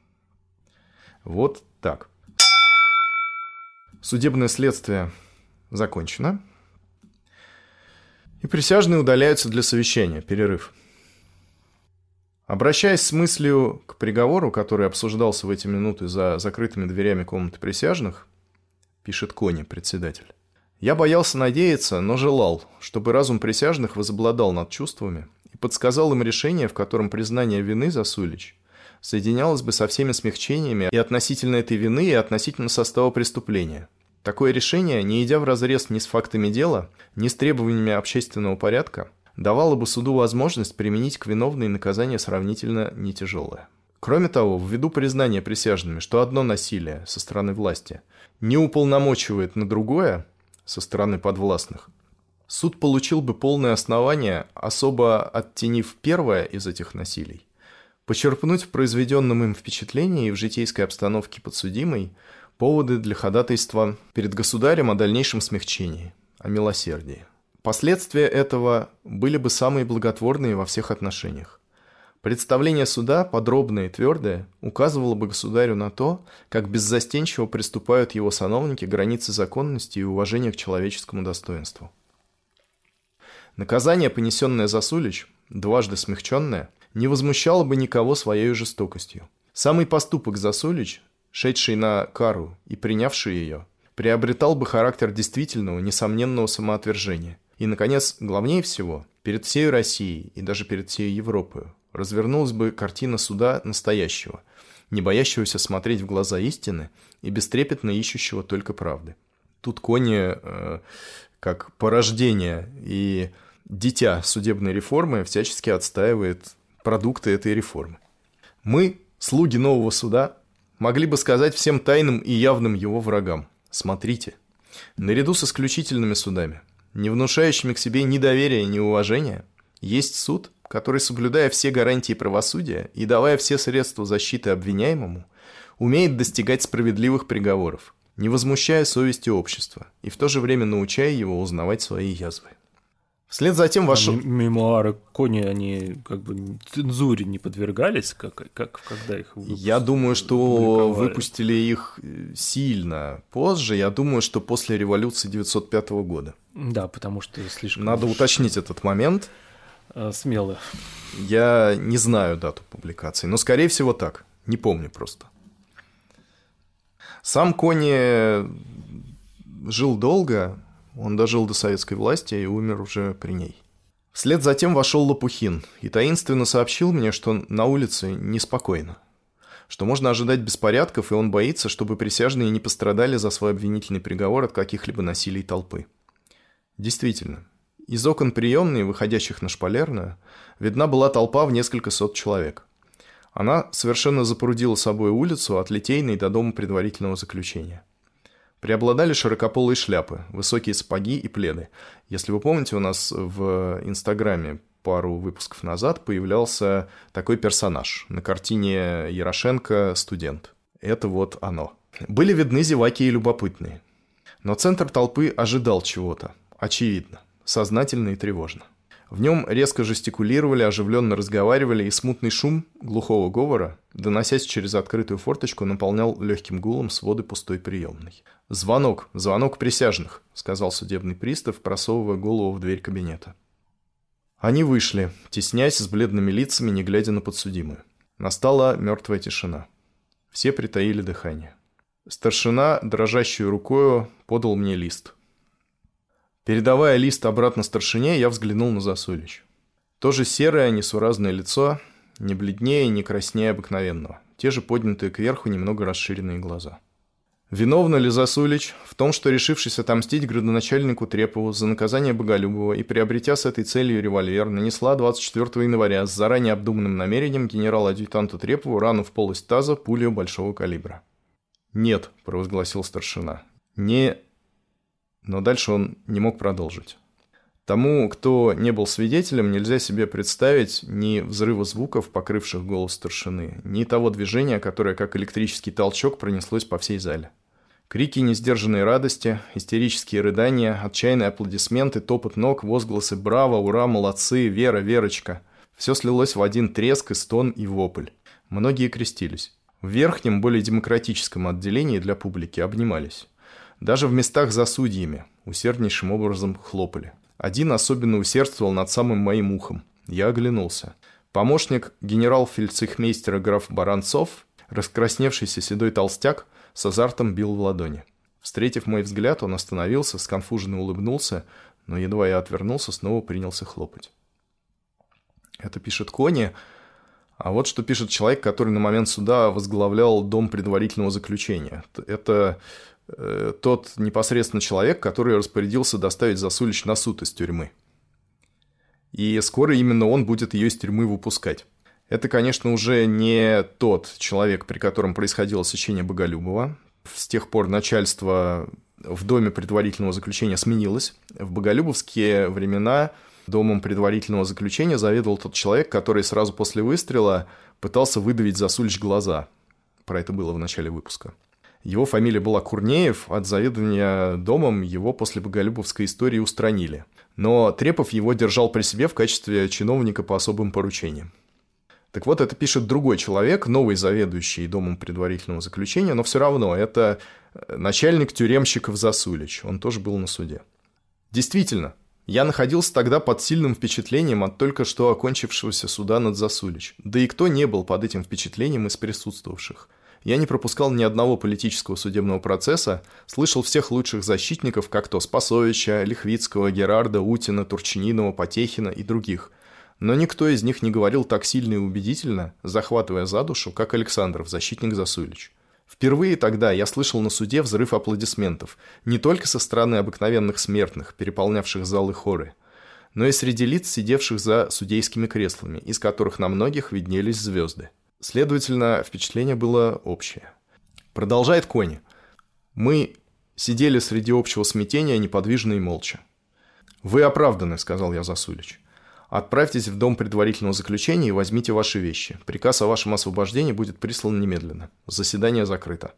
Вот так. Судебное следствие закончено. И присяжные удаляются для совещания. Перерыв. Обращаясь с мыслью к приговору, который обсуждался в эти минуты за закрытыми дверями комнаты присяжных, пишет Кони, председатель, я боялся надеяться, но желал, чтобы разум присяжных возобладал над чувствами и подсказал им решение, в котором признание вины Засулич соединялось бы со всеми смягчениями и относительно этой вины, и относительно состава преступления. Такое решение, не идя вразрез ни с фактами дела, ни с требованиями общественного порядка, давало бы суду возможность применить к виновной наказание сравнительно нетяжелое. Кроме того, ввиду признания присяжными, что одно насилие со стороны власти не уполномочивает на другое со стороны подвластных, суд получил бы полное основание, особо оттенив первое из этих насилий, почерпнуть в произведенном им впечатлении и в житейской обстановке подсудимой поводы для ходатайства перед государем о дальнейшем смягчении, о милосердии. Последствия этого были бы самые благотворные во всех отношениях. Представление суда, подробное и твердое, указывало бы государю на то, как беззастенчиво приступают его сановники к границе законности и уважения к человеческому достоинству. Наказание, понесенное за Сулич, дважды смягченное, не возмущало бы никого своей жестокостью. Самый поступок за Сулич, шедший на кару и принявший ее, приобретал бы характер действительного, несомненного самоотвержения. И, наконец, главнее всего, перед всей Россией и даже перед всей Европой развернулась бы картина суда настоящего, не боящегося смотреть в глаза истины и бестрепетно ищущего только правды. Тут Кони, как порождение и дитя судебной реформы, всячески отстаивает продукты этой реформы. Мы, слуги нового суда, могли бы сказать всем тайным и явным его врагам: смотрите, наряду с исключительными судами, не внушающими к себе ни доверия, ни уважения, есть суд, который, соблюдая все гарантии правосудия и давая все средства защиты обвиняемому, умеет достигать справедливых приговоров, не возмущая совести общества и в то же время научая его узнавать свои язвы. Вслед за тем вошел... Мемуары Кони, они как бы цензуре не подвергались, когда их выпустили? Я думаю, что выпустили их сильно позже. Я думаю, что после революции 1905 года. Да, потому что слишком... Надо уточнить этот момент. Смело. Я не знаю дату публикации, но, скорее всего, так. Не помню просто. Сам Кони жил долго... Он дожил до советской власти и умер уже при ней. Вслед за тем вошел Лопухин и таинственно сообщил мне, что на улице неспокойно, что можно ожидать беспорядков, и он боится, чтобы присяжные не пострадали за свой обвинительный приговор от каких-либо насилий толпы. Действительно, из окон приемной, выходящих на Шпалерную, видна была толпа в несколько сот человек. Она совершенно запрудила собой улицу от Литейной до дома предварительного заключения. Преобладали широкополые шляпы, высокие сапоги и пледы. Если вы помните, у нас в Инстаграме пару выпусков назад появлялся такой персонаж на картине Ярошенко «Студент». Это вот оно. Были видны зеваки и любопытные. Но центр толпы ожидал чего-то, очевидно, сознательно и тревожно. В нем резко жестикулировали, оживленно разговаривали, и смутный шум глухого говора, доносясь через открытую форточку, наполнял легким гулом своды пустой приемной. «Звонок, звонок присяжных», — сказал судебный пристав, просовывая голову в дверь кабинета. Они вышли, теснясь с бледными лицами, не глядя на подсудимую. Настала мертвая тишина. Все притаили дыхание. Старшина, дрожащей рукою, подал мне лист. Передавая лист обратно старшине, я взглянул на Засулич. Тоже серое, несуразное лицо, не бледнее, не краснее обыкновенного. Те же поднятые кверху немного расширенные глаза. Виновна ли Засулич в том, что, решившись отомстить градоначальнику Трепову за наказание Боголюбова и приобретя с этой целью револьвер, нанесла 24 января с заранее обдуманным намерением генерал-адъютанту Трепову рану в полость таза пулею большого калибра? «Нет», – провозгласил старшина. «Не...» Но дальше он не мог продолжить. Тому, кто не был свидетелем, нельзя себе представить ни взрыва звуков, покрывших голос старшины, ни того движения, которое, как электрический толчок, пронеслось по всей зале. Крики несдержанной радости, истерические рыдания, отчаянные аплодисменты, топот ног, возгласы «Браво! Ура! Молодцы! Вера! Верочка!» Все слилось в один треск и стон и вопль. Многие крестились. В верхнем, более демократическом отделении для публики обнимались. Даже в местах за судьями усерднейшим образом хлопали. Один особенно усердствовал над самым моим ухом. Я оглянулся. Помощник генерал-фельдцейхмейстера граф Баранцов, раскрасневшийся седой толстяк, с азартом бил в ладони. Встретив мой взгляд, он остановился, сконфуженно улыбнулся, но едва я отвернулся, снова принялся хлопать. Это пишет Кони, а вот что пишет человек, который на момент суда возглавлял дом предварительного заключения. Это тот непосредственно человек, который распорядился доставить Засулич на суд из тюрьмы. И скоро именно он будет ее из тюрьмы выпускать. Это, конечно, уже не тот человек, при котором происходило сечение Боголюбова. С тех пор начальство в доме предварительного заключения сменилась. В боголюбовские времена домом предварительного заключения заведовал тот человек, который сразу после выстрела пытался выдавить Засулич глаза. Про это было в начале выпуска. Его фамилия была Курнеев, от заведования домом его после боголюбовской истории устранили. Но Трепов его держал при себе в качестве чиновника по особым поручениям. Так вот, это пишет другой человек, новый заведующий домом предварительного заключения, но все равно это начальник тюремщиков Засулич, он тоже был на суде. Действительно, я находился тогда под сильным впечатлением от только что окончившегося суда над Засулич. Да и кто не был под этим впечатлением из присутствовавших? Я не пропускал ни одного политического судебного процесса, слышал всех лучших защитников, как то Спасовича, Лихвицкого, Герарда, Утина, Турчининова, Потехина и других. Но никто из них не говорил так сильно и убедительно, захватывая за душу, как Александров, защитник Засулич. Впервые тогда я слышал на суде взрыв аплодисментов, не только со стороны обыкновенных смертных, переполнявших залы хоры, но и среди лиц, сидевших за судейскими креслами, из которых на многих виднелись звезды. Следовательно, впечатление было общее. Продолжает Кони. Мы сидели среди общего смятения, неподвижно и молча. «Вы оправданы», — сказал я Засулич. «Отправьтесь в дом предварительного заключения и возьмите ваши вещи. Приказ о вашем освобождении будет прислан немедленно. Заседание закрыто».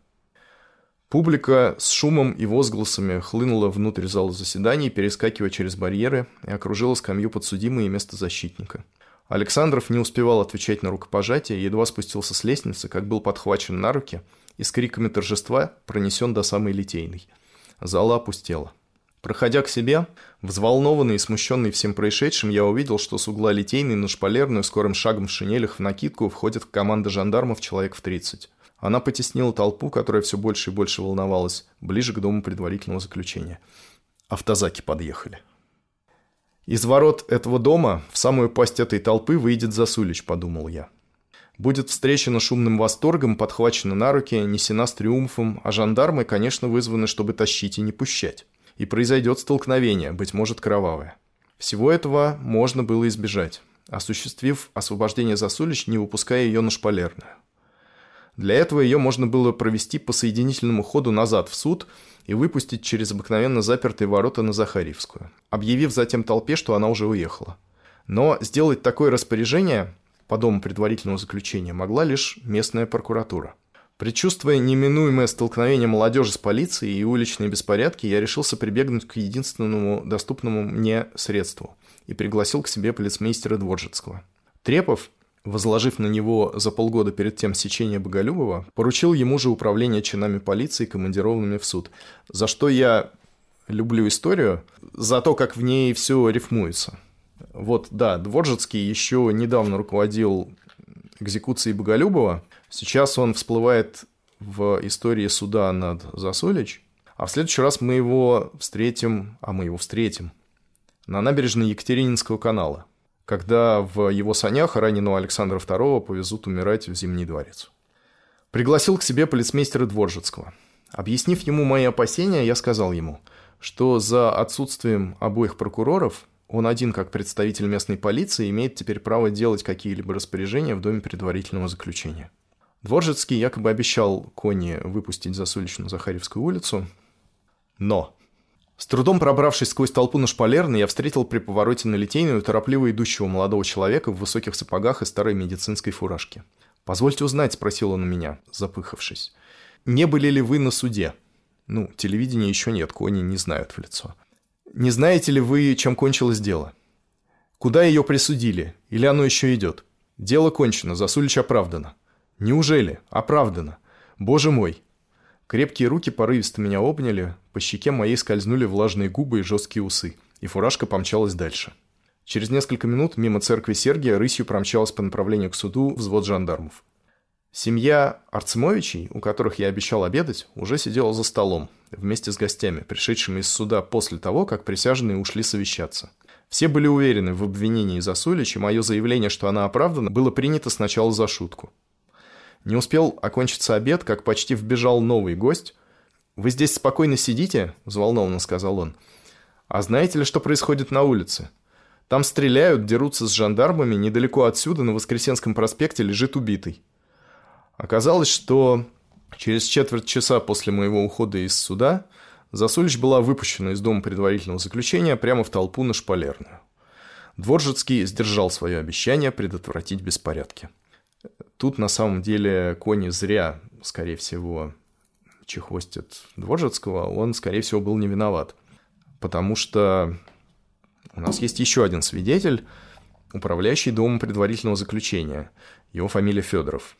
Публика с шумом и возгласами хлынула внутрь зала заседаний, перескакивая через барьеры, и окружила скамью подсудимой и место защитника. Александров не успевал отвечать на рукопожатие, едва спустился с лестницы, как был подхвачен на руки и с криками торжества пронесен до самой Литейной. Зала опустела. Проходя к себе, взволнованный и смущенный всем происшедшим, я увидел, что с угла Литейной на Шпалерную скорым шагом в шинелях в накидку входит команда жандармов человек в 30. Она потеснила толпу, которая все больше и больше волновалась, ближе к дому предварительного заключения. Автозаки подъехали. «Из ворот этого дома в самую пасть этой толпы выйдет Засулич», — подумал я. «Будет встречена шумным восторгом, подхвачена на руки, несена с триумфом, а жандармы, конечно, вызваны, чтобы тащить и не пущать. И произойдет столкновение, быть может, кровавое. Всего этого можно было избежать, осуществив освобождение Засулич, не выпуская ее на Шпалерную. Для этого ее можно было провести по соединительному ходу назад в суд и выпустить через обыкновенно запертые ворота на Захарьевскую, объявив затем толпе, что она уже уехала. Но сделать такое распоряжение по дому предварительного заключения могла лишь местная прокуратура. Предчувствуя неминуемое столкновение молодежи с полицией и уличные беспорядки, я решился прибегнуть к единственному доступному мне средству и пригласил к себе полицмейстера Дворжицкого. Трепов, возложив на него за полгода перед тем сечение Боголюбова, поручил ему же управление чинами полиции, командированными в суд. За что я люблю историю, за то, как в ней все рифмуется. Вот, да, Дворжицкий еще недавно руководил экзекуцией Боголюбова. Сейчас он всплывает в истории суда над Засулич. А в следующий раз мы его встретим, на набережной Екатерининского канала, когда в его санях раненого Александра II повезут умирать в Зимний дворец. Пригласил к себе полицмейстера Дворжицкого. Объяснив ему мои опасения, я сказал ему, что за отсутствием обоих прокуроров он один, как представитель местной полиции, имеет теперь право делать какие-либо распоряжения в доме предварительного заключения. Дворжицкий якобы обещал Кони выпустить Засулич на Захарьевскую улицу, но... С трудом пробравшись сквозь толпу на Шпалерной, я встретил при повороте на Литейную торопливо идущего молодого человека в высоких сапогах и старой медицинской фуражке. «Позвольте узнать», — спросил он у меня, запыхавшись, — «не были ли вы на суде?» Телевидения еще нет, Кони не знают в лицо. «Не знаете ли вы, чем кончилось дело? Куда ее присудили? Или оно еще идет? Дело кончено, Засулич оправдано». «Неужели? Оправдано? Боже мой!» Крепкие руки порывисто меня обняли, по щеке моей скользнули влажные губы и жесткие усы, и фуражка помчалась дальше. Через несколько минут мимо церкви Сергия рысью промчалась по направлению к суду взвод жандармов. Семья Арцемовичей, у которых я обещал обедать, уже сидела за столом, вместе с гостями, пришедшими из суда после того, как присяжные ушли совещаться. Все были уверены в обвинении Засулич, и мое заявление, что она оправдана, было принято сначала за шутку. Не успел окончиться обед, как почти вбежал новый гость. «Вы здесь спокойно сидите?» – взволнованно сказал он. «А знаете ли, что происходит на улице? Там стреляют, дерутся с жандармами, недалеко отсюда, на Воскресенском проспекте, лежит убитый». Оказалось, что через четверть часа после моего ухода из суда Засулич была выпущена из дома предварительного заключения прямо в толпу на Шпалерную. Дворжецкий сдержал свое обещание предотвратить беспорядки. Тут на самом деле Кони зря, скорее всего, чехвостит Дворжецкого, он, скорее всего, был не виноват. Потому что у нас есть еще один свидетель, управляющий домом предварительного заключения. Его фамилия Федоров.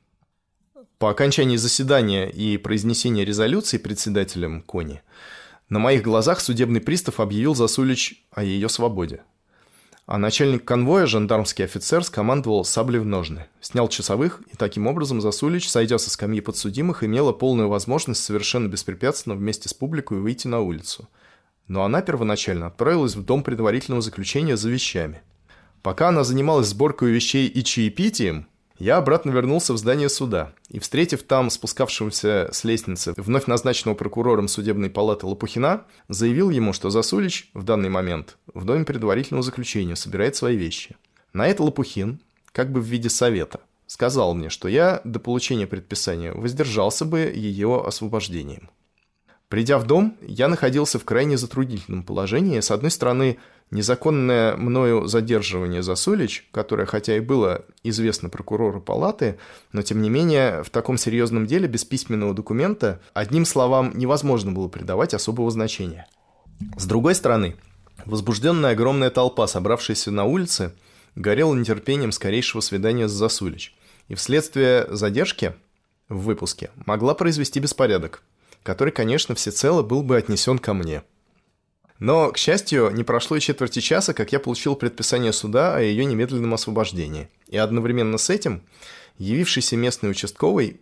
По окончании заседания и произнесения резолюции председателем Кони на моих глазах судебный пристав объявил Засулич о ее свободе. А начальник конвоя, жандармский офицер, скомандовал саблей в ножны, снял часовых, и таким образом Засулич, сойдя со скамьи подсудимых, имела полную возможность совершенно беспрепятственно вместе с публикой выйти на улицу. Но она первоначально отправилась в дом предварительного заключения за вещами. Пока она занималась сборкой вещей и чаепитием, я обратно вернулся в здание суда и, встретив там спускавшегося с лестницы вновь назначенного прокурором судебной палаты Лопухина, заявил ему, что Засулич в данный момент в доме предварительного заключения собирает свои вещи. На это Лопухин, как бы в виде совета, сказал мне, что я до получения предписания воздержался бы ее освобождением. Придя в дом, я находился в крайне затруднительном положении. С одной стороны, незаконное мною задерживание Засулич, которое хотя и было известно прокурору палаты, но тем не менее в таком серьезном деле без письменного документа одним словам невозможно было придавать особого значения. С другой стороны, возбужденная огромная толпа, собравшаяся на улице, горела нетерпением скорейшего свидания с Засулич, и вследствие задержки в выпуске могла произвести беспорядок, который, конечно, всецело был бы отнесен ко мне. Но, к счастью, не прошло и четверти часа, как я получил предписание суда о ее немедленном освобождении. И одновременно с этим явившийся местный участковый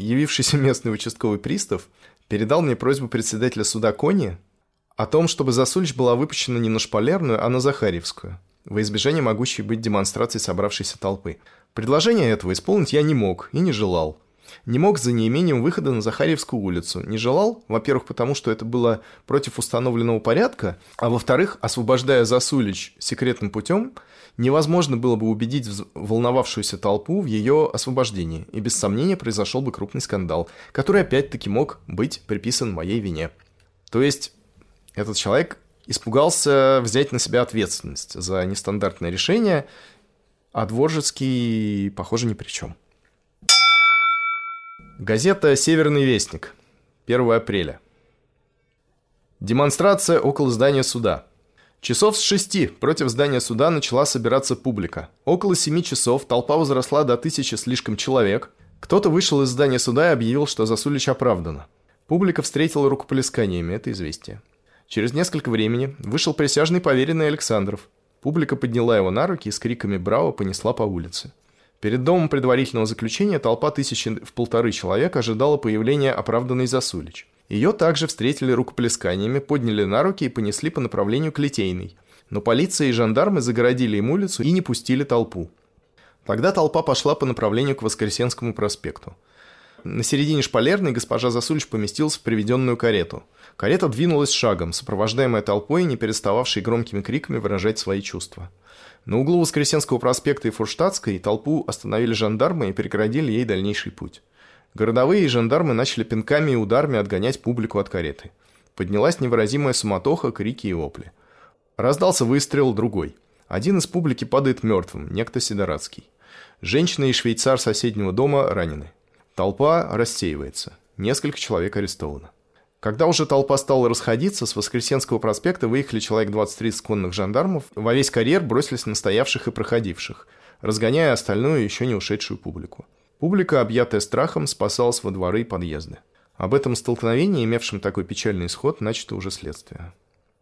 пристав передал мне просьбу председателя суда Кони о том, чтобы Засулич была выпущена не на Шпалерную, а на Захарьевскую, во избежание могущей быть демонстрации собравшейся толпы. Предложение этого исполнить я не мог и не желал. Не мог за неимением выхода на Захарьевскую улицу. Не желал, во-первых, потому что это было против установленного порядка, а во-вторых, освобождая Засулич секретным путем, невозможно было бы убедить волновавшуюся толпу в ее освобождении, и без сомнения произошел бы крупный скандал, который опять-таки мог быть приписан моей вине. То есть этот человек испугался взять на себя ответственность за нестандартное решение, а Дворжецкий, похоже, ни при чем. Газета «Северный вестник», 1 апреля. Демонстрация около здания суда. Часов с 6 против здания суда начала собираться публика. Около 7 часов толпа возросла до 1000 слишком человек. Кто-то вышел из здания суда и объявил, что Засулич оправдана. Публика встретила рукоплесканиями это известие. Через несколько времени вышел присяжный поверенный Александров. Публика подняла его на руки и с криками «Браво!» понесла по улице. Перед домом предварительного заключения толпа 1500 человек ожидала появления оправданной Засулич. Ее также встретили рукоплесканиями, подняли на руки и понесли по направлению к Литейной. Но полиция и жандармы загородили им улицу и не пустили толпу. Тогда толпа пошла по направлению к Воскресенскому проспекту. На середине Шпалерной госпожа Засулич поместилась в приведенную карету. Карета двинулась шагом, сопровождаемая толпой, не перестававшей громкими криками выражать свои чувства. На углу Воскресенского проспекта и Фурштадтской толпу остановили жандармы и перегородили ей дальнейший путь. Городовые и жандармы начали пинками и ударами отгонять публику от кареты. Поднялась невыразимая суматоха, крики и вопли. Раздался выстрел, другой. Один из публики падает мертвым, некто Сидорацкий. Женщина и швейцар соседнего дома ранены. Толпа рассеивается. Несколько человек арестовано. Когда уже толпа стала расходиться, с Воскресенского проспекта выехали человек 20-30 конных жандармов, во весь карьер бросились на стоявших и проходивших, разгоняя остальную еще не ушедшую публику. Публика, объятая страхом, спасалась во дворы и подъезды. Об этом столкновении, имевшем такой печальный исход, начато уже следствие.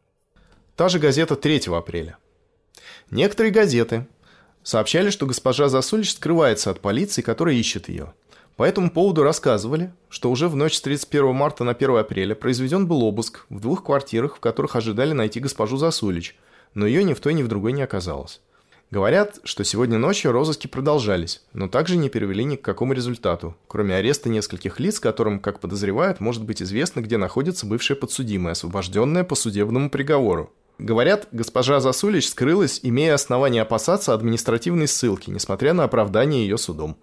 Та же газета 3 апреля. Некоторые газеты сообщали, что госпожа Засулич скрывается от полиции, которая ищет ее. По этому поводу рассказывали, что уже в ночь с 31 марта на 1 апреля произведен был обыск в 2 квартирах, в которых ожидали найти госпожу Засулич, но ее ни в той, ни в другой не оказалось. Говорят, что сегодня ночью розыски продолжались, но также не привели ни к какому результату, кроме ареста нескольких лиц, которым, как подозревают, может быть известно, где находится бывшая подсудимая, освобожденная по судебному приговору. Говорят, госпожа Засулич скрылась, имея основания опасаться административной ссылки, несмотря на оправдание ее судом.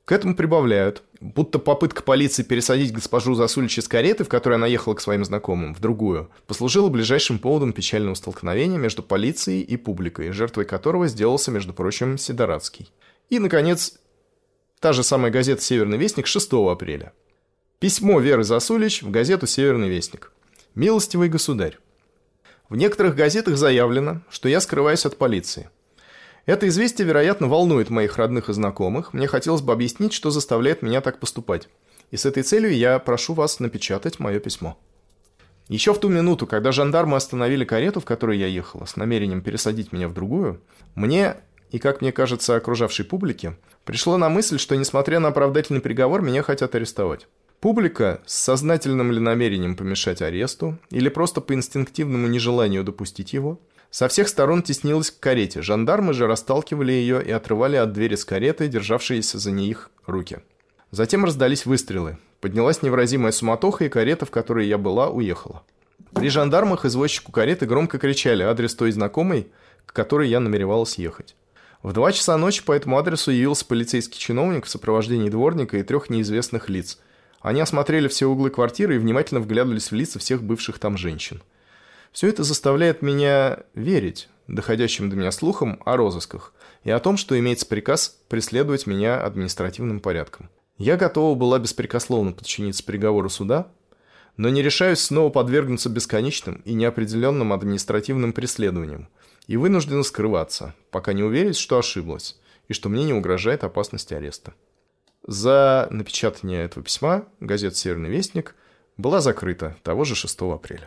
К этому прибавляют, будто попытка полиции пересадить госпожу Засулич из кареты, в которой она ехала к своим знакомым, в другую, послужила ближайшим поводом печального столкновения между полицией и публикой, жертвой которого сделался, между прочим, Сидорадский. И, наконец, та же самая газета «Северный вестник» 6 апреля. Письмо Веры Засулич в газету «Северный вестник». «Милостивый государь, в некоторых газетах заявлено, что я скрываюсь от полиции. Это известие, вероятно, волнует моих родных и знакомых. Мне хотелось бы объяснить, что заставляет меня так поступать. И с этой целью я прошу вас напечатать мое письмо». Еще в ту минуту, когда жандармы остановили карету, в которой я ехала, с намерением пересадить меня в другую, мне, и, как мне кажется, окружавшей публике, пришло на мысль, что, несмотря на оправдательный приговор, меня хотят арестовать. Публика, с сознательным ли намерением помешать аресту, или просто по инстинктивному нежеланию допустить его, со всех сторон теснилась к карете, жандармы же расталкивали ее и отрывали от двери с кареты, державшиеся за них руки. Затем раздались выстрелы, поднялась невыразимая суматоха, и карета, в которой я была, уехала. При жандармах извозчику кареты громко кричали адрес той знакомой, к которой я намеревалась ехать. В 2 часа ночи по этому адресу явился полицейский чиновник в сопровождении дворника и 3 неизвестных лиц. Они осмотрели все углы квартиры и внимательно вглядывались в лица всех бывших там женщин. Все это заставляет меня верить доходящим до меня слухам о розысках и о том, что имеется приказ преследовать меня административным порядком. Я готова была беспрекословно подчиниться приговору суда, но не решаюсь снова подвергнуться бесконечным и неопределенным административным преследованиям и вынуждена скрываться, пока не уверюсь, что ошиблась и что мне не угрожает опасность ареста. За напечатание этого письма газета «Северный вестник» была закрыта того же 6 апреля.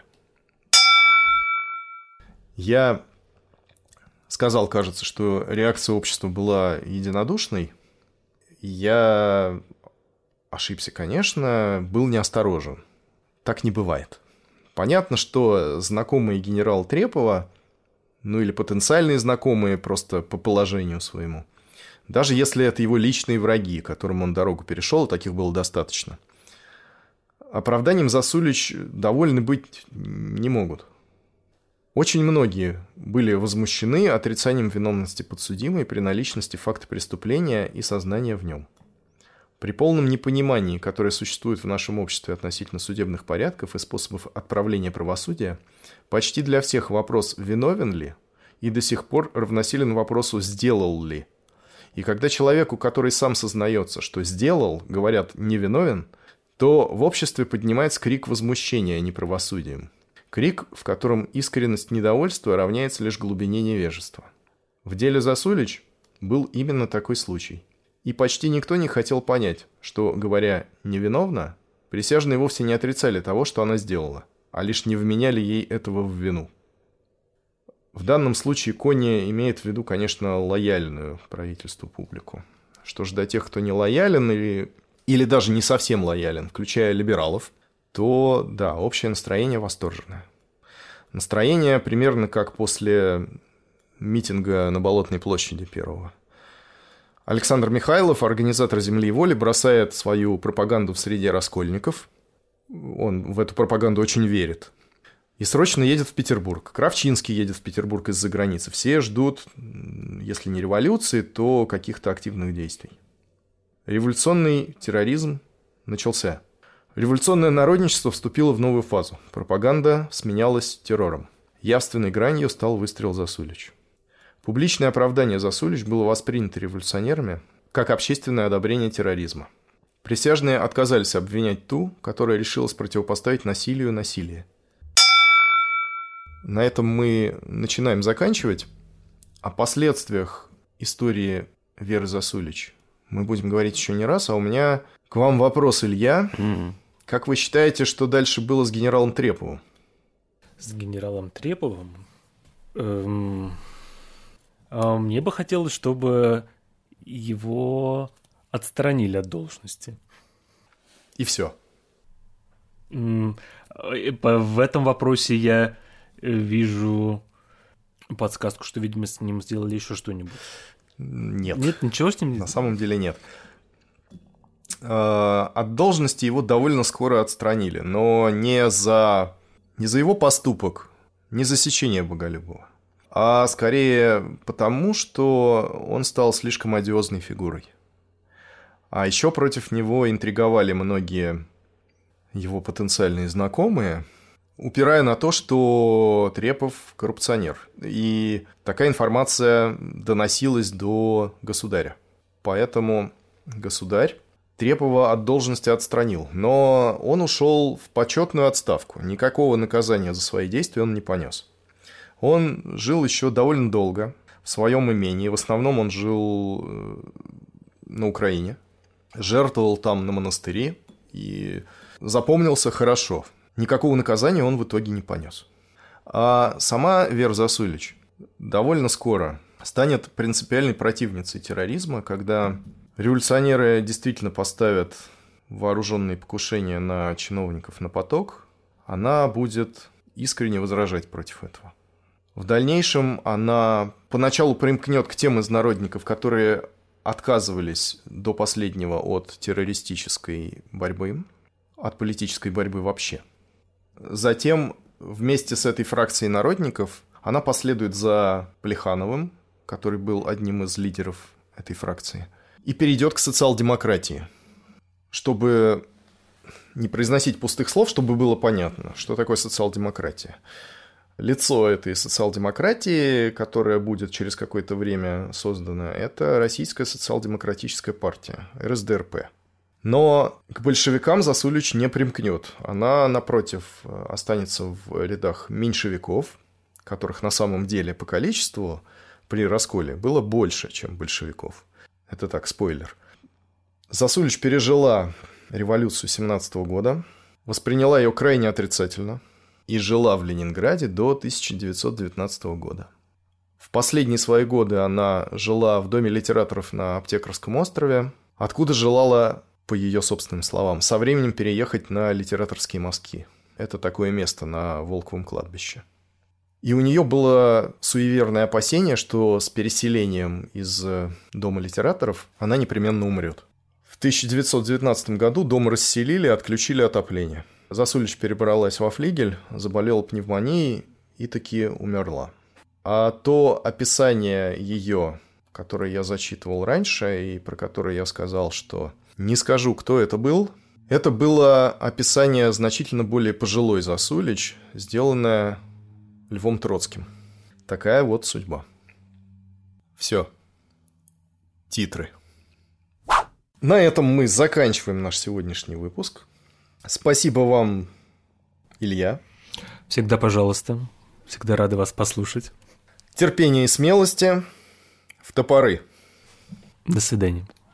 Я сказал, кажется, что реакция общества была единодушной. Я ошибся, конечно, был неосторожен. Так не бывает. Понятно, что знакомые генерала Трепова, ну или потенциальные знакомые просто по положению своему, даже если это его личные враги, которым он дорогу перешел, таких было достаточно, оправданием Засулич довольны быть не могут. Очень многие были возмущены отрицанием виновности подсудимой при наличности факта преступления и сознания в нем. При полном непонимании, которое существует в нашем обществе относительно судебных порядков и способов отправления правосудия, почти для всех вопрос «виновен ли?» и до сих пор равносилен вопросу «сделал ли?». И когда человеку, который сам сознается, что «сделал», говорят «невиновен», то в обществе поднимается крик возмущения неправосудием. Крик, в котором искренность недовольства равняется лишь глубине невежества. В деле Засулич был именно такой случай. И почти никто не хотел понять, что, говоря «невиновна», присяжные вовсе не отрицали того, что она сделала, а лишь не вменяли ей этого в вину. В данном случае Кони имеет в виду, конечно, лояльную правительству публику. Что ж до тех, кто не лоялен или даже не совсем лоялен, включая либералов, то, да, общее настроение восторженное. Настроение примерно как после митинга на Болотной площади 1-го. Александр Михайлов, организатор «Земли и воли», бросает свою пропаганду в среде раскольников. Он в эту пропаганду очень верит. И срочно едет в Петербург. Кравчинский едет в Петербург из-за границы. Все ждут, если не революции, то каких-то активных действий. Революционный терроризм начался. Революционное народничество вступило в новую фазу. Пропаганда сменялась террором. Явственной гранью стал выстрел Засулич. Публичное оправдание Засулич было воспринято революционерами как общественное одобрение терроризма. Присяжные отказались обвинять ту, которая решилась противопоставить насилию насилие. На этом мы начинаем заканчивать. О последствиях истории Веры Засулич мы будем говорить еще не раз, а у меня к вам вопрос, Илья. Как вы считаете, что дальше было с генералом Треповым? С генералом Треповым? Мне бы хотелось, чтобы его отстранили от должности. И все. В этом вопросе я вижу подсказку, что, видимо, с ним сделали еще что-нибудь. Нет. Нет, ничего с ним не На самом деле нет. От должности его довольно скоро отстранили, но не за его поступок, не за сечение Боголюбова, а скорее потому, что он стал слишком одиозной фигурой. А еще против него интриговали многие его потенциальные знакомые, упирая на то, что Трепов коррупционер. И такая информация доносилась до государя. Поэтому государь Трепова от должности отстранил. Но он ушел в почетную отставку. Никакого наказания за свои действия он не понес. Он жил еще довольно долго в своем имении. В основном он жил на Украине. Жертвовал там на монастыре и запомнился хорошо. Никакого наказания он в итоге не понес. А сама Вера Засулич довольно скоро станет принципиальной противницей терроризма, когда революционеры действительно поставят вооруженные покушения на чиновников на поток, она будет искренне возражать против этого. В дальнейшем она поначалу примкнет к тем из народников, которые отказывались до последнего от террористической борьбы, от политической борьбы вообще. Затем вместе с этой фракцией народников она последует за Плехановым, который был одним из лидеров этой фракции, и перейдет к социал-демократии, чтобы не произносить пустых слов, чтобы было понятно, что такое социал-демократия. Лицо этой социал-демократии, которая будет через какое-то время создана, это Российская социал-демократическая партия, РСДРП. Но к большевикам Засулич не примкнет. Она, напротив, останется в рядах меньшевиков, которых на самом деле по количеству при расколе было больше, чем большевиков. Это так, спойлер. Засулич пережила революцию 17 года, восприняла ее крайне отрицательно и жила в Ленинграде до 1919 года. В последние свои годы она жила в Доме литераторов на Аптекарском острове, откуда желала, по ее собственным словам, со временем переехать на литераторские мостки. Это такое место на Волковом кладбище. И у нее было суеверное опасение, что с переселением из Дома литераторов она непременно умрет. В 1919 году дом расселили и отключили отопление. Засулич перебралась во флигель, заболела пневмонией и таки умерла. А то описание ее, которое я зачитывал раньше и про которое я сказал, что не скажу, кто это был, это было описание значительно более пожилой Засулич, сделанное Львом Троцким. Такая вот судьба. Все. Титры. На этом мы заканчиваем наш сегодняшний выпуск. Спасибо вам, Илья. Всегда пожалуйста. Всегда рады вас послушать. Терпения и смелости. В топоры. До свидания.